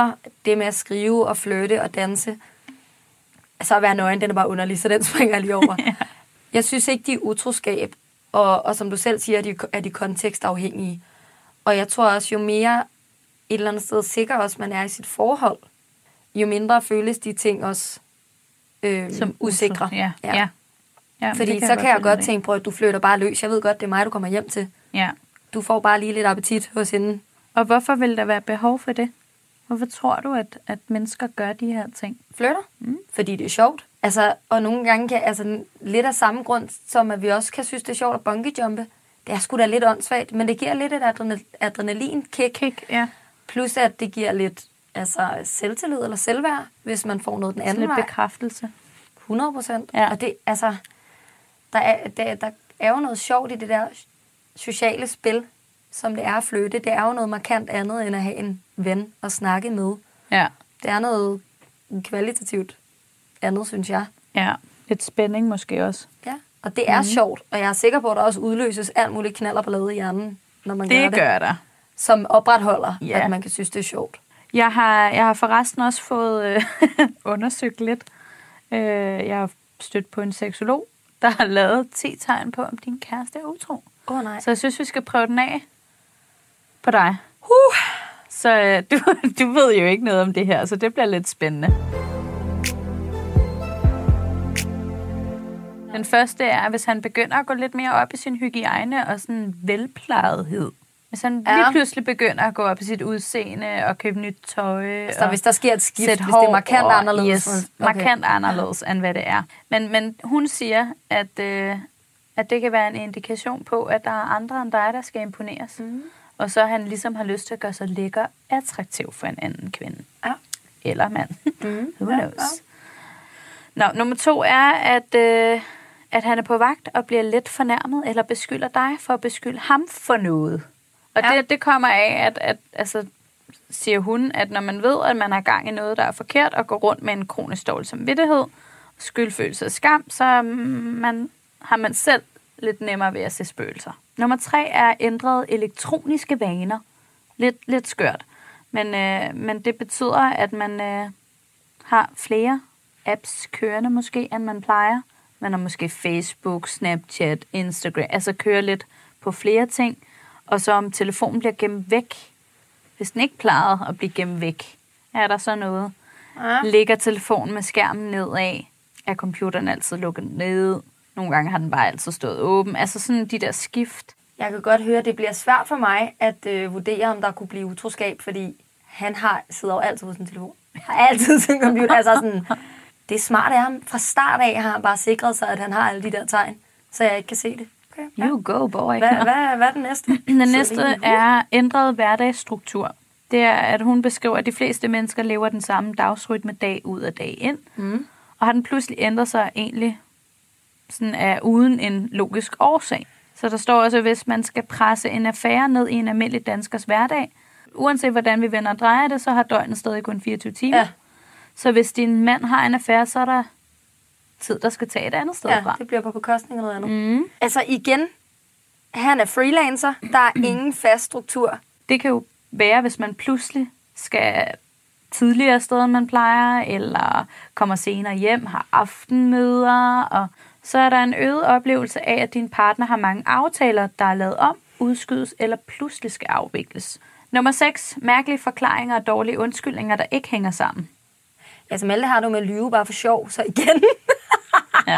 det med at skrive og flytte og danse, så at være nøgen, den er bare underlig, så den springer jeg lige over. Jeg synes ikke, de er utroskab, og som du selv siger, er de kontekstafhængige. Og jeg tror også, jo mere et eller andet sted sikker også man er i sit forhold, jo mindre føles de ting også som usikre. Ja, fordi så kan jeg godt tænke på, at du flytter bare løs. Jeg ved godt, det er mig, du kommer hjem til. Ja. Du får bare lige lidt appetit hos hende. Og hvorfor vil der være behov for det? Hvorfor tror du, at mennesker gør de her ting? Flytter? Fordi det er sjovt. Altså, og nogle gange kan, lidt af samme grund, som at vi også kan synes, det er sjovt at bungee-jumpe. Det er sgu da lidt åndssvagt, men det giver lidt et adrenalin-kick. Ja. Plus at det giver lidt selvtillid eller selvværd, hvis man får noget den anden vej. Lidt bekræftelse. 100%. Ja. Og det, der er jo noget sjovt i det der sociale spil, som det er at flytte. Det er jo noget markant andet, end at have en ven at snakke med. Ja. Det er noget kvalitativt andet, synes jeg. Ja, lidt spænding måske også. Ja, og det er sjovt, og jeg er sikker på, at der også udløses alt muligt knaller på ladet i hjernen, når man gør det. Det gør der. Som opretholder, at man kan synes, det er sjovt. Jeg har forresten også fået undersøgt lidt. Jeg har stødt på en seksolog, der har lavet 10 tegn på, om din kæreste er utro. Nej. Så jeg synes, vi skal prøve den af på dig. Så du ved jo ikke noget om det her, så det bliver lidt spændende. Den første er, hvis han begynder at gå lidt mere op i sin hygiejne og sådan velplejethed. Hvis han lige pludselig begynder at gå op i sit udseende og købe nyt tøj. Så hvis der sker et skift, hvis det er markant anderledes. Yes, markant anderledes, end hvad det er. Men hun siger, at det kan være en indikation på, at der er andre end dig, der skal imponeres. Og så han ligesom har lyst til at gøre sig lækker attraktiv for en anden kvinde. Ja. Eller mand. Who knows? Nå, nummer 2 er, at han er på vagt og bliver lidt fornærmet, eller beskylder dig for at beskylde ham for noget. Og det kommer af, at altså, siger hun, at når man ved, at man har gang i noget, der er forkert, og går rundt med en kronisk dårlig samvittighed, skyldfølelse og skam, så har man selv lidt nemmere ved at se spøgelser. Nummer 3 er ændrede elektroniske vaner. Lidt skørt. Men det betyder, at man har flere apps kørende måske, end man plejer. Man har måske Facebook, Snapchat, Instagram, altså kører lidt på flere ting. Og så om telefonen bliver gemt væk, hvis den ikke plejede at blive gemt væk, er der så noget. Ligger telefonen med skærmen nedad, er computeren altid lukket ned. Nogle gange har den bare altid stået åben. Altså sådan de der skift. Jeg kan godt høre, at det bliver svært for mig at vurdere, om der kunne blive utroskab, fordi han sidder jo altid på sin telefon. Har altid sin computer. Altså sådan, det er smart af ham. Fra start af har han bare sikret sig, at han har alle de der tegn, så jeg ikke kan se det. Okay, ja. You go, boy. Hvad er den næste? Den næste er ændret hverdagsstruktur. Det er, at hun beskriver, at de fleste mennesker lever den samme dagsrytme dag ud og dag ind. Og har den pludselig ændret sig egentlig sådan uden en logisk årsag. Så der står også, at hvis man skal presse en affære ned i en almindelig danskers hverdag, uanset hvordan vi vender og drejer det, så har døgnet stadig kun 24 timer. Ja. Så hvis din mand har en affære, så er der tid, der skal tage et andet sted fra. Det bliver på bekostning af noget andet. Altså igen, han er freelancer, der er ingen fast struktur. Det kan jo være, hvis man pludselig skal tidligere steder, end man plejer, eller kommer senere hjem, har aftenmøder, og så er der en øget oplevelse af, at din partner har mange aftaler, der er lavet om, udskydes eller pludselig skal afvikles. Nummer 6. Mærkelige forklaringer og dårlige undskyldninger, der ikke hænger sammen. Altså Malte har du med at lyve bare for sjov, så igen. Ja.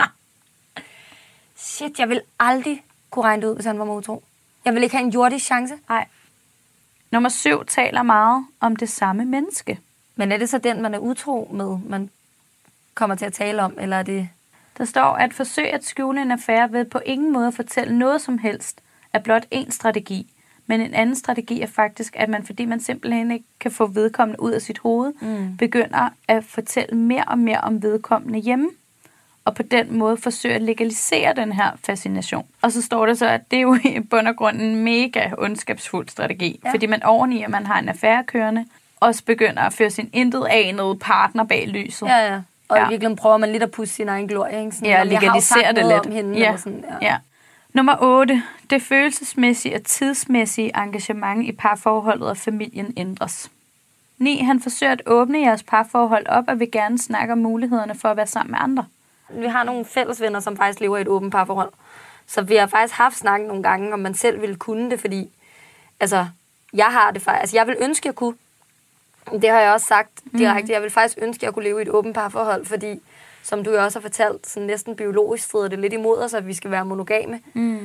Shit, jeg vil aldrig kunne regne det ud, hvis han var utro. Jeg vil ikke have en jordisk chance. Nej. Nummer 7 taler meget om det samme menneske. Men er det så den, man er utro med, man kommer til at tale om, eller er det... Der står, at forsøge at skjule en affære ved på ingen måde at fortælle noget som helst, er blot en strategi. Men en anden strategi er faktisk, at man, fordi man simpelthen ikke kan få vedkommende ud af sit hoved, begynder at fortælle mere og mere om vedkommende hjemme, og på den måde forsøger at legalisere den her fascination. Og så står der så, at det er jo i bund og grund en mega ondskabsfuld strategi, fordi man oveni, at man har en affære kørende, også begynder at føre sin intet anede partner bag lyset. Ja. Og i virkeligheden prøver man lidt at pusse sin egen glorie, ikke? Sådan, legalisere det lidt. Om hende, eller sådan, ja. Nummer 8. Det følelsesmæssige og tidsmæssige engagement i parforholdet og familien ændres. 9. Han forsøger at åbne jeres parforhold op, og vil gerne snakke om mulighederne for at være sammen med andre. Vi har nogle fælles venner, som faktisk lever i et åbent parforhold. Så vi har faktisk haft snakket nogle gange, om man selv ville kunne det, fordi altså, jeg har det faktisk. Altså, jeg vil ønske, jeg kunne. Det har jeg også sagt direkte. Jeg vil faktisk ønske, jeg kunne leve i et åbent parforhold, fordi, som du jo også har fortalt, sådan næsten biologisk strider det lidt imod os, at vi skal være monogame.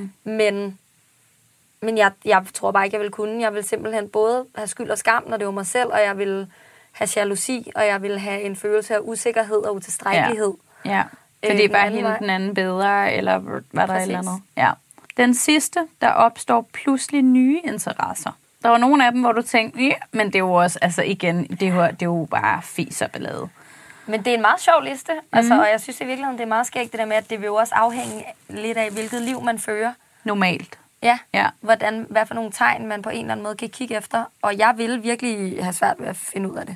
Men jeg tror bare ikke, jeg vil kunne. Jeg vil simpelthen både have skyld og skam, når det var mig selv, og jeg vil have jalousi, og jeg vil have en følelse af usikkerhed og utilstrækkelighed. Ja. Fordi bare hende den anden bedre, eller hvad der er et eller andet. Ja. Den sidste, der opstår pludselig nye interesser. Der var nogle af dem, hvor du tænkte, ja, men det er jo også, altså igen, det er jo bare fis og ballade. Men det er en meget sjov liste, altså, og jeg synes i virkeligheden, det er meget skægt det der med, at det vil jo også afhænge lidt af, hvilket liv man fører. Normalt. Ja. Hvad for nogle tegn man på en eller anden måde kan kigge efter. Og jeg vil virkelig have svært ved at finde ud af det.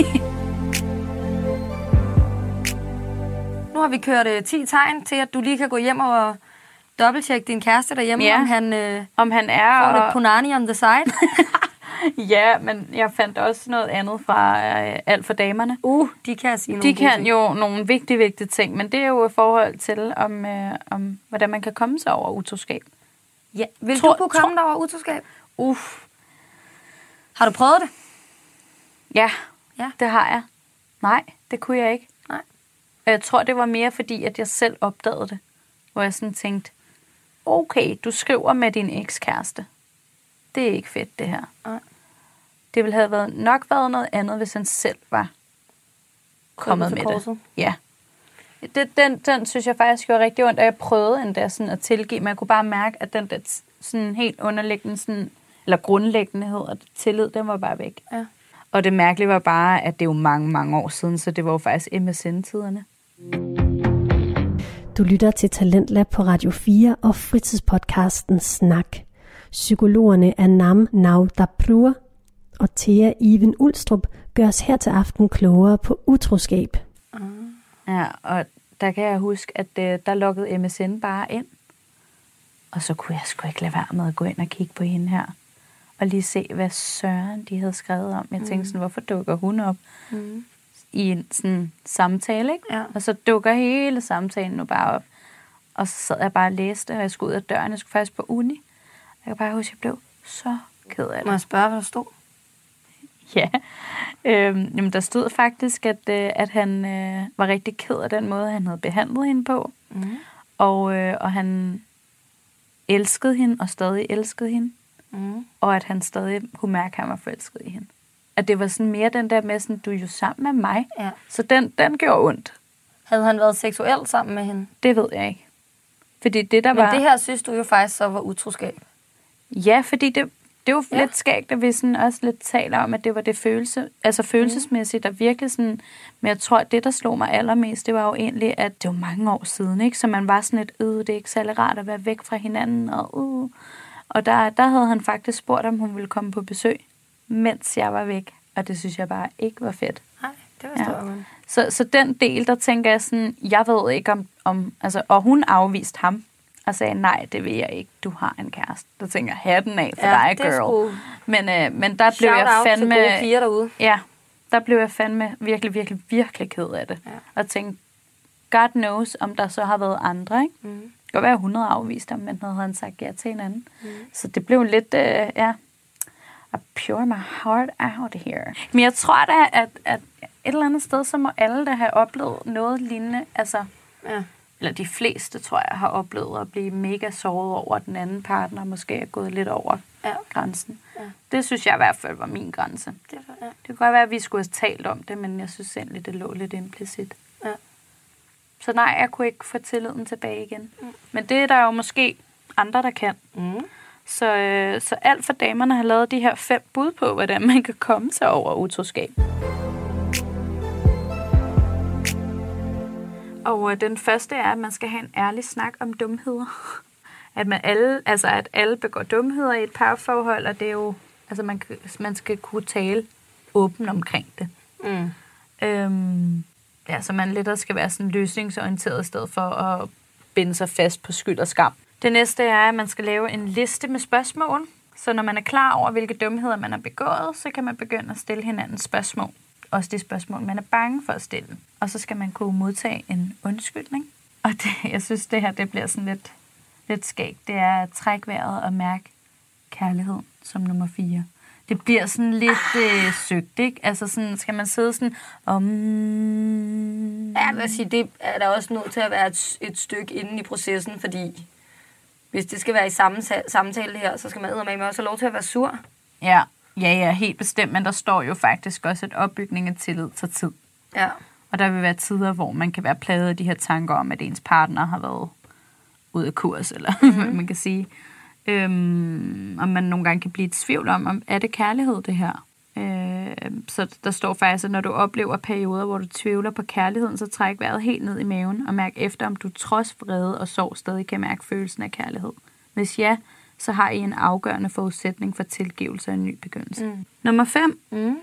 Nu har vi kørt 10 tegn til, at du lige kan gå hjem og dobbelttjekke din kæreste derhjemme, om han er får det punani on the side. Ja, men jeg fandt også noget andet fra alt for damerne. De kan sige nogle ting. Jo nogle vigtige ting, men det er jo i forhold til, om hvordan man kan komme sig over utroskab. Ja. Vil du kunne komme dig over utroskab? Har du prøvet det? Ja, det har jeg. Nej, det kunne jeg ikke. Nej. Og jeg tror, det var mere fordi, at jeg selv opdagede det. Hvor jeg sådan tænkte, okay, du skriver med din ekskæreste. Det er ikke fedt, det her. Nej. Det ville have nok været noget andet, hvis han selv var kommet med det. Ja. Den synes jeg faktisk gjorde rigtig ondt, og jeg prøvede endda sådan at tilgive, men jeg kunne bare mærke, at den der sådan helt underliggende, sådan, eller grundlæggendehed og tillid, den var bare væk. Ja. Og det mærkelige var bare, at det er jo mange, mange år siden, så det var jo faktisk MSN-tiderne. Du lytter til Talentlab på Radio 4 og fritidspodcasten Snak. Psykologerne Anam Naudaprur og Thea Iven Ulstrup gør os her til aften klogere på utroskab. Ja, og der kan jeg huske, at der lukkede MSN bare ind. Og så kunne jeg sgu ikke lade være med at gå ind og kigge på hende her. Og lige se, hvad søren de havde skrevet om. Jeg tænkte sådan, hvorfor dukker hun op i en sådan samtale, ikke? Ja. Og så dukker hele samtalen nu bare op. Og så sad jeg bare og læste, og jeg skulle ud af døren. Jeg skulle faktisk på uni. Jeg kan bare huske, at jeg blev så ked af det. Må jeg spørge, hvad der stod? Ja, jamen der stod faktisk, at han var rigtig ked af den måde, han havde behandlet hende på. Og han elskede hende, og stadig elskede hende. Og at han stadig kunne mærke, at han var forelsket i hende. At det var sådan mere den der med, sådan, du er jo sammen med mig. Ja. Så den gjorde ondt. Havde han været seksuel sammen med hende? Det ved jeg ikke. Fordi det der Men det her synes du jo faktisk så var utroskab. Ja, fordi det er jo lidt skægt, at vi sådan også lidt taler om, at det var det følelsesmæssigt, og virkelig sådan, men jeg tror, at det, der slog mig allermest, det var jo egentlig, at det var mange år siden, ikke? Så man var sådan et, det er ikke særlig rart at være væk fra hinanden, og der havde han faktisk spurgt, om hun ville komme på besøg, mens jeg var væk, og det synes jeg bare ikke var fedt. Nej, det forstår jeg. Så den del, der tænker jeg sådan, jeg ved ikke om altså, og hun afviste ham, og sagde, nej, det vil jeg ikke, du har en kæreste. Der tænker jeg, hatten af for dig, girl. Men der blev jeg fandme... Shout out til gode piger derude. Ja, der blev jeg fandme virkelig, virkelig, virkelig ked af det. Ja. Og tænkte, God knows, om der så har været andre, ikke? Det kan godt være, 100 afviste ham, men havde han sagt ja til en anden. Så det blev lidt, I pour my heart out here. Men jeg tror da, at et eller andet sted, så må alle da have oplevet noget lignende, altså... Ja. Eller de fleste, tror jeg, har oplevet at blive mega såret over, at den anden partner måske er gået lidt over grænsen. Ja. Det synes jeg i hvert fald var min grænse. Det kunne godt være, at vi skulle have talt om det, men jeg synes egentlig, det lå lidt implicit. Ja. Så nej, jeg kunne ikke få tilliden tilbage igen. Men det er der jo måske andre, der kan. Så alt for damerne har lavet de her 5 bud på, hvordan man kan komme sig over utroskab. Og den første er, at man skal have en ærlig snak om dumheder. At alle begår dumheder i et parforhold, og det er jo, altså man skal kunne tale åbent omkring det. Så man lidt skal være sådan løsningsorienteret i stedet for at binde sig fast på skyld og skam. Det næste er, at man skal lave en liste med spørgsmål, Så når man er klar over, hvilke dumheder man har begået, så kan man begynde at stille hinanden spørgsmål. Også de spørgsmål, man er bange for at stille. Og så skal man kunne modtage en undskyldning. Og jeg synes, det her det bliver sådan lidt skægt. Det er at trække vejret og mærke kærlighed som nummer 4. Det bliver sådan lidt søgt, ikke? Altså sådan, skal man sidde sådan Ja, jeg vil sige, det er der også nødt til at være et stykke inde i processen, fordi hvis det skal være i samme samtale her, så skal man eddermame også have lov til at være sur. Ja, helt bestemt, men der står jo faktisk også, at opbygning af tillid tager tid. Ja. Og der vil være tider, hvor man kan være plaget af de her tanker om, at ens partner har været ude af kurs, eller hvad man kan sige. Og man nogle gange kan blive i tvivl om er det kærlighed, det her? Så der står faktisk, at når du oplever perioder, hvor du tvivler på kærligheden, så træk vejret helt ned i maven og mærk efter, om du trods vrede og sorg stadig kan mærke følelsen af kærlighed. Hvis ja, så har I en afgørende forudsætning for tilgivelse og en ny begyndelse. Nummer 5.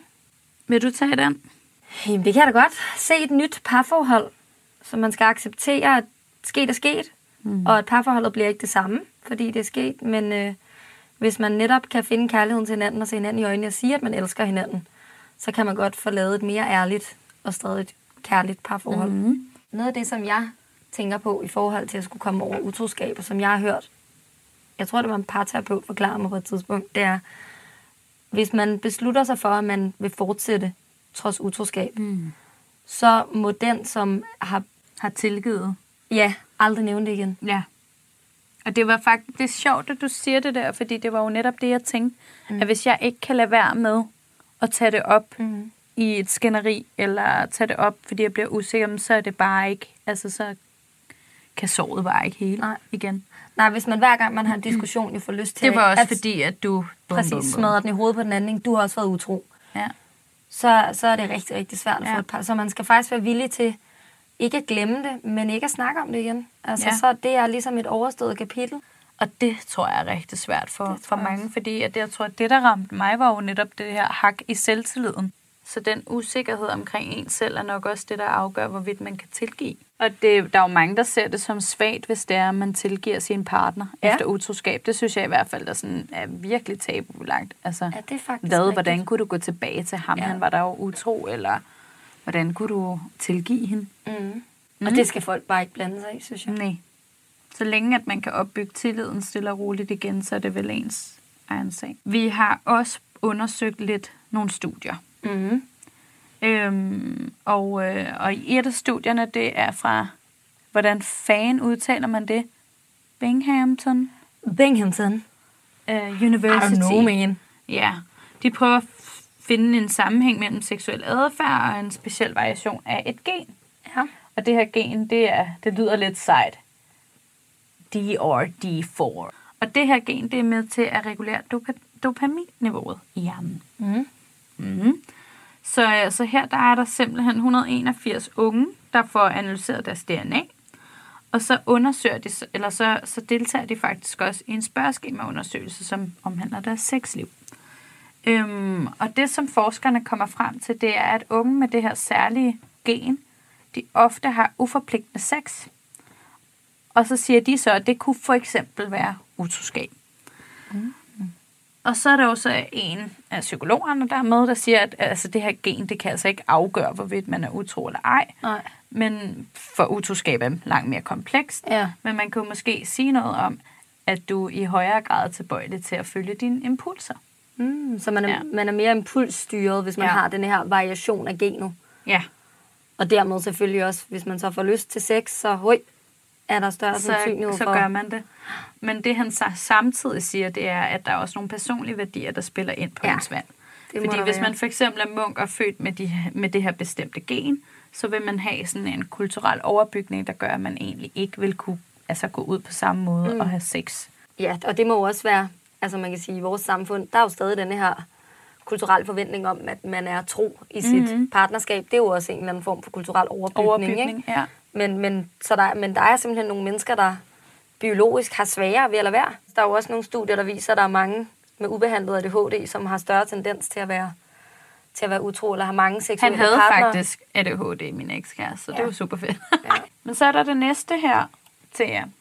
Vil du tage den? Jamen, det kan jeg da godt. Se et nyt parforhold, så man skal acceptere, at sket er sket, og at parforholdet bliver ikke det samme, fordi det er sket, men hvis man netop kan finde kærligheden til hinanden og se hinanden i øjnene og sige, at man elsker hinanden, så kan man godt få lavet et mere ærligt og stadig et kærligt parforhold. Noget af det, som jeg tænker på i forhold til at skulle komme over utroskab, og som jeg har hørt, jeg tror, det var en parterapeut forklarer mig på et tidspunkt, det er, hvis man beslutter sig for, at man vil fortsætte trods utroskab, så må den, som har tilgivet, aldrig nævne det igen. Ja. Og det var faktisk, det er sjovt, at du siger det der, fordi det var jo netop det, jeg tænkte, at hvis jeg ikke kan lade være med at tage det op i et skænderi, eller tage det op, fordi jeg bliver usikker, så er det bare ikke, altså så kan såret bare ikke hele igen. Nej, hvis man hver gang man har en diskussion, jo får lyst til det var også fordi, at du præcis smadrer den i hovedet på den anden, du har også været utro. Ja. Så er det rigtig, rigtig svært at få et par. Så man skal faktisk være villig til ikke at glemme det, men ikke at snakke om det igen. Altså, så det er ligesom et overstået kapitel. Og det tror jeg er rigtig svært for mange, fordi at jeg tror, at det, der ramte mig, var jo netop det her hak i selvtilliden. Så den usikkerhed omkring en selv er nok også det, der afgør, hvorvidt man kan tilgive. Og der er jo mange, der ser det som svagt, hvis det er, at man tilgiver sin partner efter utroskab. Det synes jeg i hvert fald er virkelig tabubelagt. Altså, det er faktisk hvordan kunne du gå tilbage til ham? Han var der jo utro, eller hvordan kunne du tilgive hende? Og det skal folk bare ikke blande sig i, synes jeg. Nej. Så længe at man kan opbygge tilliden stille og roligt igen, så er det vel ens egen sag. Vi har også undersøgt lidt nogle studier. Og i et af studierne, det er fra, hvordan fanden udtaler man det? Binghamton University. I don't know, man. Ja, de prøver at finde en sammenhæng mellem seksuel adfærd og en speciel variation af et gen. Ja. Og det her gen, det lyder lidt sejt. DRD4. Og det her gen, det er med til at regulere dopaminniveauet i hjernen. Så her der er der simpelthen 181 unge, der får analyseret deres DNA. Og så undersøger de, eller så deltager de faktisk også i en spørgeskemaundersøgelse, som omhandler deres sexliv. Og det, som forskerne kommer frem til, det er, at unge med det her særlige gen, de ofte har uforpligtende sex. Og så siger de så, at det kunne for eksempel være utroskab. Og så er der jo så en af psykologerne, der er med, der siger, at altså, det her gen, det kan altså ikke afgøre, hvorvidt man er utro eller ej. Nej. Men for utroskab er langt mere komplekst. Ja. Men man kan jo måske sige noget om, at du i højere grad er tilbøjelig til at følge dine impulser. Så man er mere impulsstyret, hvis man har den her variation af genet. Ja. Og dermed selvfølgelig også, hvis man så får lyst til sex, så er der større sandsynlighed for... Så gør man det. Men det han samtidig siger, det er, at der er også nogle personlige værdier, der spiller ind på ens valg. Fordi hvis man for eksempel er munk og født med det her bestemte gen, så vil man have sådan en kulturel overbygning, der gør, at man egentlig ikke vil kunne gå ud på samme måde og have sex. Ja, og det må jo også være, altså man kan sige, i vores samfund, der er jo stadig denne her kulturel forventning om, at man er tro i sit partnerskab. Det er jo også en eller anden form for kulturel overbygning ikke? Ja. Men der er simpelthen nogle mennesker, der biologisk har sværere ved at lade være. Der er jo også nogle studier, der viser, at der er mange med ubehandlet ADHD, som har større tendens til at være utro, eller har mange seksuelle partnere. Han havde faktisk ADHD, min ekskæreste, så det var super fedt. Men så er der det næste her til jer.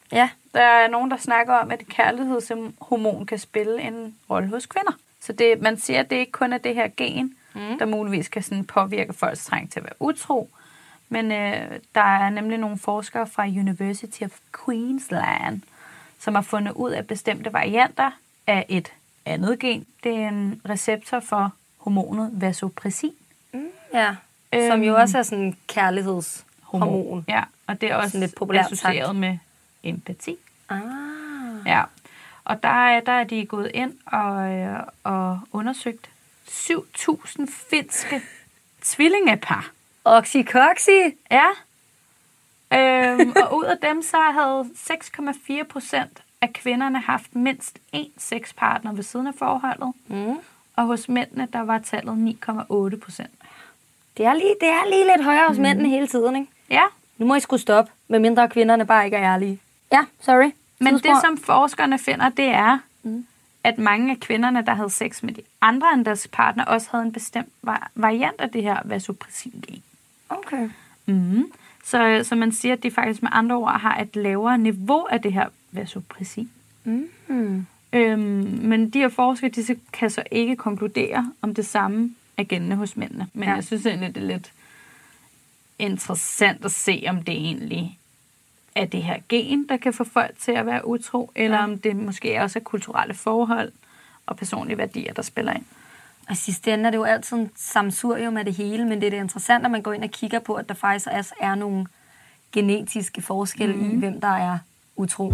Ja. Der er nogen, der snakker om, at kærlighedshormon kan spille en rolle hos kvinder. Så man siger, at det ikke kun er det her gen, der muligvis kan sådan påvirke folks trang til at være utro. Men der er nemlig nogle forskere fra University of Queensland, som har fundet ud af bestemte varianter af et andet gen. Det er en receptor for hormonet vasopressin. Ja, som jo også er sådan en kærlighedshormon. Ja, og det er også lidt populært associeret med empati. Ja, og der er de gået ind og undersøgt 7.000 finske tvillingepar. Oxycoxy. Ja. Og ud af dem, så havde 6,4% af kvinderne haft mindst én sexpartner ved siden af forholdet. Og hos mændene, der var tallet 9,8%. Det er lige lidt højere hos mændene hele tiden, ikke? Ja. Nu må I skulle stoppe, medmindre kvinderne bare ikke er ærlige. Ja, sorry. Men det, som forskerne finder, det er, at mange af kvinderne, der havde sex med de andre end deres partner, også havde en bestemt variant af det her vasopressin-gen. Okay. Så man siger, at de faktisk med andre ord har et lavere niveau af det her vasopressin. Men de her forskere, de kan så ikke konkludere, om det samme er gældende hos mændene. Men jeg synes egentlig, det er lidt interessant at se, om det egentlig er det her gen, der kan få folk til at være utro, eller om det måske også er kulturelle forhold og personlige værdier, der spiller ind. Og sidste ende er det jo altid en sammensurium af det hele, men det er interessant, at man går ind og kigger på, at der faktisk også er nogle genetiske forskelle i, hvem der er utro.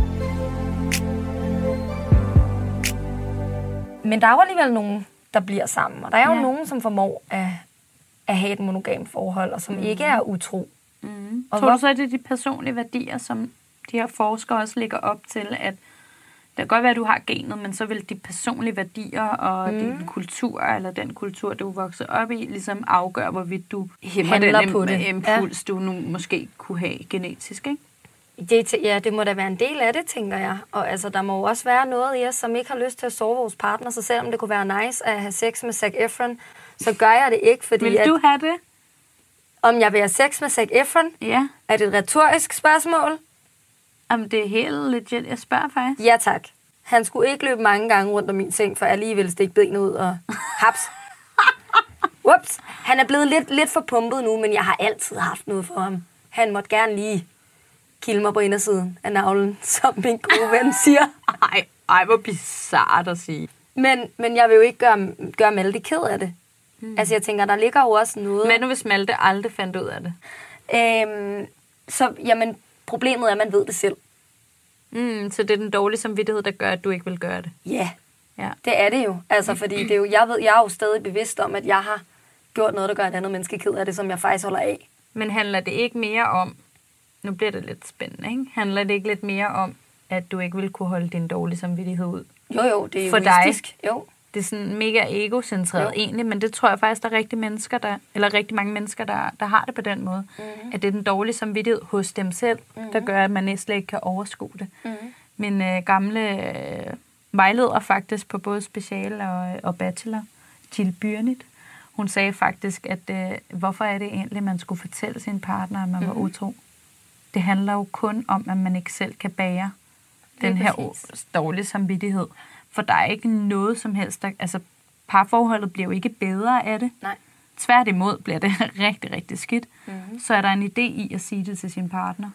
Men der er jo alligevel nogen, der bliver sammen, og der er jo nogen, som formår at have et monogamt forhold, og som ikke er utro. Og tror du så, at det er de personlige værdier, som de her forskere også lægger op til, at det kan godt være, at du har genet, men så vil de personlige værdier og din kultur, eller den kultur, du vokser op i, ligesom afgøre, hvorvidt du hæmmer den impuls, du nu måske kunne have genetisk, ikke? Det må da være en del af det, tænker jeg. Og altså, der må jo også være noget i os, som ikke har lyst til at sove vores partner, så selvom det kunne være nice at have sex med Zac Efron, så gør jeg det ikke, fordi vil du have det? Om jeg vil have sex med Zac Efron? Ja. Er det et retorisk spørgsmål? Jamen, det er helt legit, jeg spørger faktisk. Ja, tak. Han skulle ikke løbe mange gange rundt om min seng, for alligevel stikke benet ud og haps. Ups. Han er blevet lidt for pumpet nu, men jeg har altid haft noget for ham. Han måtte gerne lige kilde mig på indersiden af navlen, som min gode ven siger. Ej, hvor bizarrt at sige. Men jeg vil jo ikke gøre Malte ked af det. Altså, jeg tænker, der ligger jo også noget... Men nu hvis Malte aldrig fandt ud af det? Jamen, problemet er, at man ved det selv. Så det er den dårlige samvittighed, der gør, at du ikke vil gøre det? Ja, det er det jo. Altså, fordi det er jo, jeg er jo stadig bevidst om, at jeg har gjort noget, der gør et andet menneske ked af det, som jeg faktisk holder af. Men handler det ikke mere om... Nu bliver det lidt spændende, ikke? Handler det ikke lidt mere om, at du ikke vil kunne holde din dårlige samvittighed ud? Jo, det er for egoistisk. Dig? Jo. Det er sådan mega egocentreret egentlig, men det tror jeg faktisk, der er rigtig mange mennesker, der har det på den måde. At det er den dårlige samvittighed hos dem selv, der gør, at man næsten ikke kan overskue det. Min gamle vejleder faktisk på både special og bachelor, Jill Byrnit, hun sagde faktisk, at hvorfor er det egentlig, man skulle fortælle sin partner, at man var utro? Det handler jo kun om, at man ikke selv kan bære den her dårlige samvittighed. For der er ikke noget som helst, altså parforholdet bliver jo ikke bedre af det. Nej. Tværtimod bliver det rigtig, rigtig skidt. Så er der en idé i at sige det til sin partner.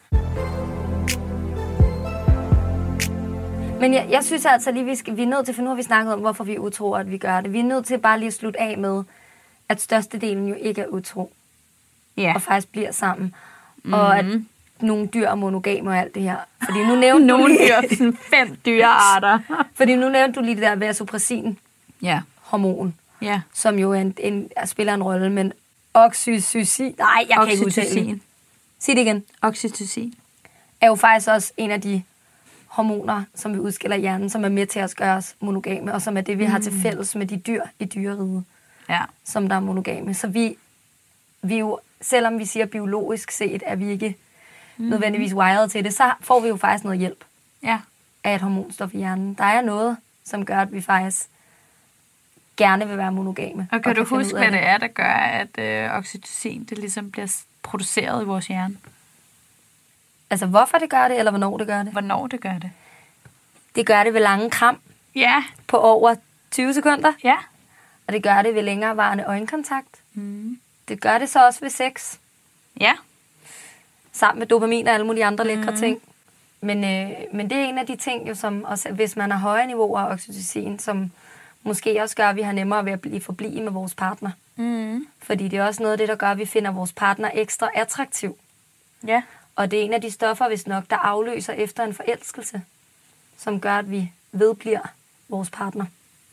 Men jeg synes altså lige, vi er nødt til, for nu har vi snakket om, hvorfor vi er utro, at vi gør det. Vi er nødt til bare lige at slutte af med, at størstedelen jo ikke er utro. Ja. Og faktisk bliver sammen. Og at nogle dyr er monogame og alt det her. Fordi nu nævnte nogle dyr, sådan 5 dyrearter. Fordi nu nævnte du lige det der vasopressin-hormon, som jo spiller en rolle, men oxytocin, nej, jeg kan ikke udtale det. Sig det igen. Oxytocin er jo faktisk også en af de hormoner, som vi udskiller i hjernen, som er med til at gøre os monogame, og som er det, vi har til fælles med de dyr i dyreriget, som der er monogame. Så vi jo, selvom vi siger biologisk set, at vi ikke nødvendigvis wired til det, så får vi jo faktisk noget hjælp af et hormonstof i hjernen. Der er noget, som gør, at vi faktisk gerne vil være monogame. Og kan du huske, hvad det er, der gør, at oxytocin det ligesom bliver produceret i vores hjerne? Altså, hvorfor det gør det, eller hvornår det gør det? Hvornår det gør det? Det gør det ved lange kram. Ja. På over 20 sekunder. Ja. Og det gør det ved længerevarende øjenkontakt. Det gør det så også ved sex. Ja. Sammen med dopamin og alle mulige andre lækre ting. Men det er en af de ting, jo, som også, hvis man har høje niveauer af oxytocin, som måske også gør, at vi har nemmere ved at forblive med vores partner. Fordi det er også noget af det, der gør, at vi finder vores partner ekstra attraktiv. Ja. Og det er en af de stoffer, hvis nok, der afløser efter en forelskelse, som gør, at vi vedbliver vores partner.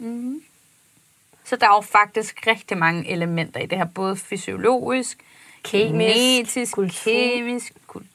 Så der er jo faktisk rigtig mange elementer i det her, både fysiologisk, genetisk, kemisk,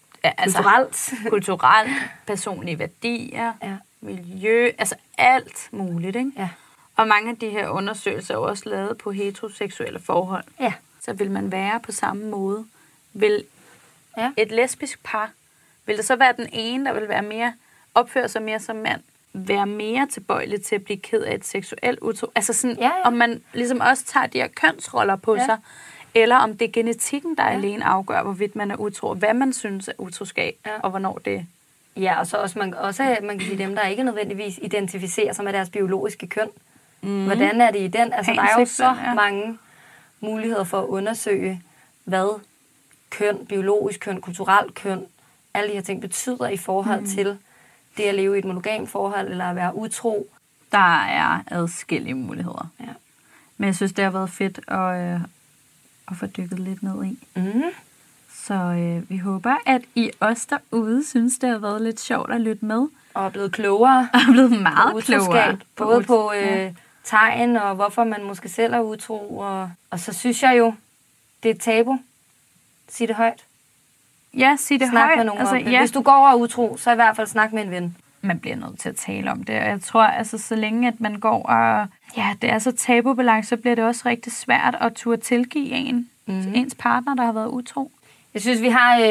kulturelt, personlige værdier, miljø, altså alt muligt, ikke? Ja. Og mange af de her undersøgelser er også lavet på heteroseksuelle forhold. Ja. Så vil man være på samme måde. Vil et lesbisk par, vil det så være den ene, der vil være mere, opføre sig mere som mand, være mere tilbøjelig til at blive ked af et seksuelt utro? Altså sådan, om man ligesom også tager de her kønsroller på sig, eller om det er genetikken, der alene afgør, hvorvidt man er utro, hvad man synes er utroskab, og hvornår det. Ja, og så også man kan sige dem, der ikke nødvendigvis identificerer sig med deres biologiske køn. Hvordan er det i den? Altså, der er jo så mange muligheder for at undersøge, hvad køn, biologisk køn, kulturelt køn, alle de her ting betyder i forhold til det at leve i et monogamt forhold, eller at være utro. Der er adskillige muligheder. Ja. Men jeg synes, det har været fedt at få dykket lidt ned i. Så vi håber, at I os derude synes, det har været lidt sjovt at lytte med. Og er blevet klogere. Og er blevet meget klogere. Både på tegn, og hvorfor man måske selv er utro. Og så synes jeg jo, det er et tabu. Sig det højt. Ja, sig det snak højt. Med nogen om det. Hvis du går og er utro, så i hvert fald snak med en ven. Man bliver nødt til at tale om det. Og jeg tror, altså, så længe at man går og det er så tabubelagt, så bliver det også rigtig svært at turde tilgive ens partner, der har været utro. Jeg synes, vi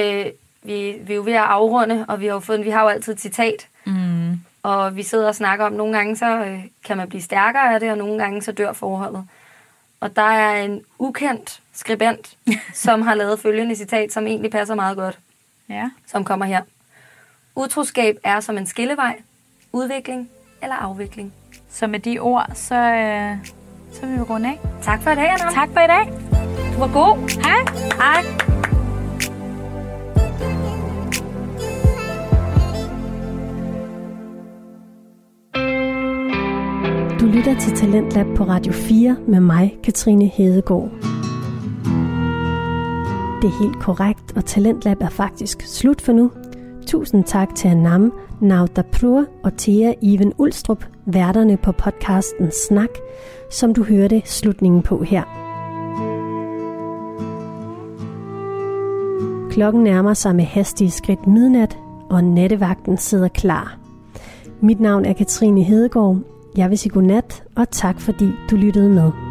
er jo ved at afrunde, og vi har jo altid et citat. Og vi sidder og snakker om, nogle gange så kan man blive stærkere af det, og nogle gange så dør forholdet. Og der er en ukendt skribent, som har lavet følgende citat, som egentlig passer meget godt. Ja. Som kommer her. Utroskab er som en skillevej, udvikling eller afvikling. Så med de ord, så vil vi runde af. Tak for i dag, Anna. Tak for i dag. Du var god. Hej. Hej. Du lytter til Talentlab på Radio 4 med mig, Katrine Hedegaard. Det er helt korrekt, og Talentlab er faktisk slut for nu. Tusind tak til Anam, Nauta Prur og Thea Iven Ulstrup, værterne på podcasten Snak, som du hørte slutningen på her. Klokken nærmer sig med hastige skridt midnat, og nattevagten sidder klar. Mit navn er Katrine Hedegaard. Jeg vil sige godnat, og tak fordi du lyttede med.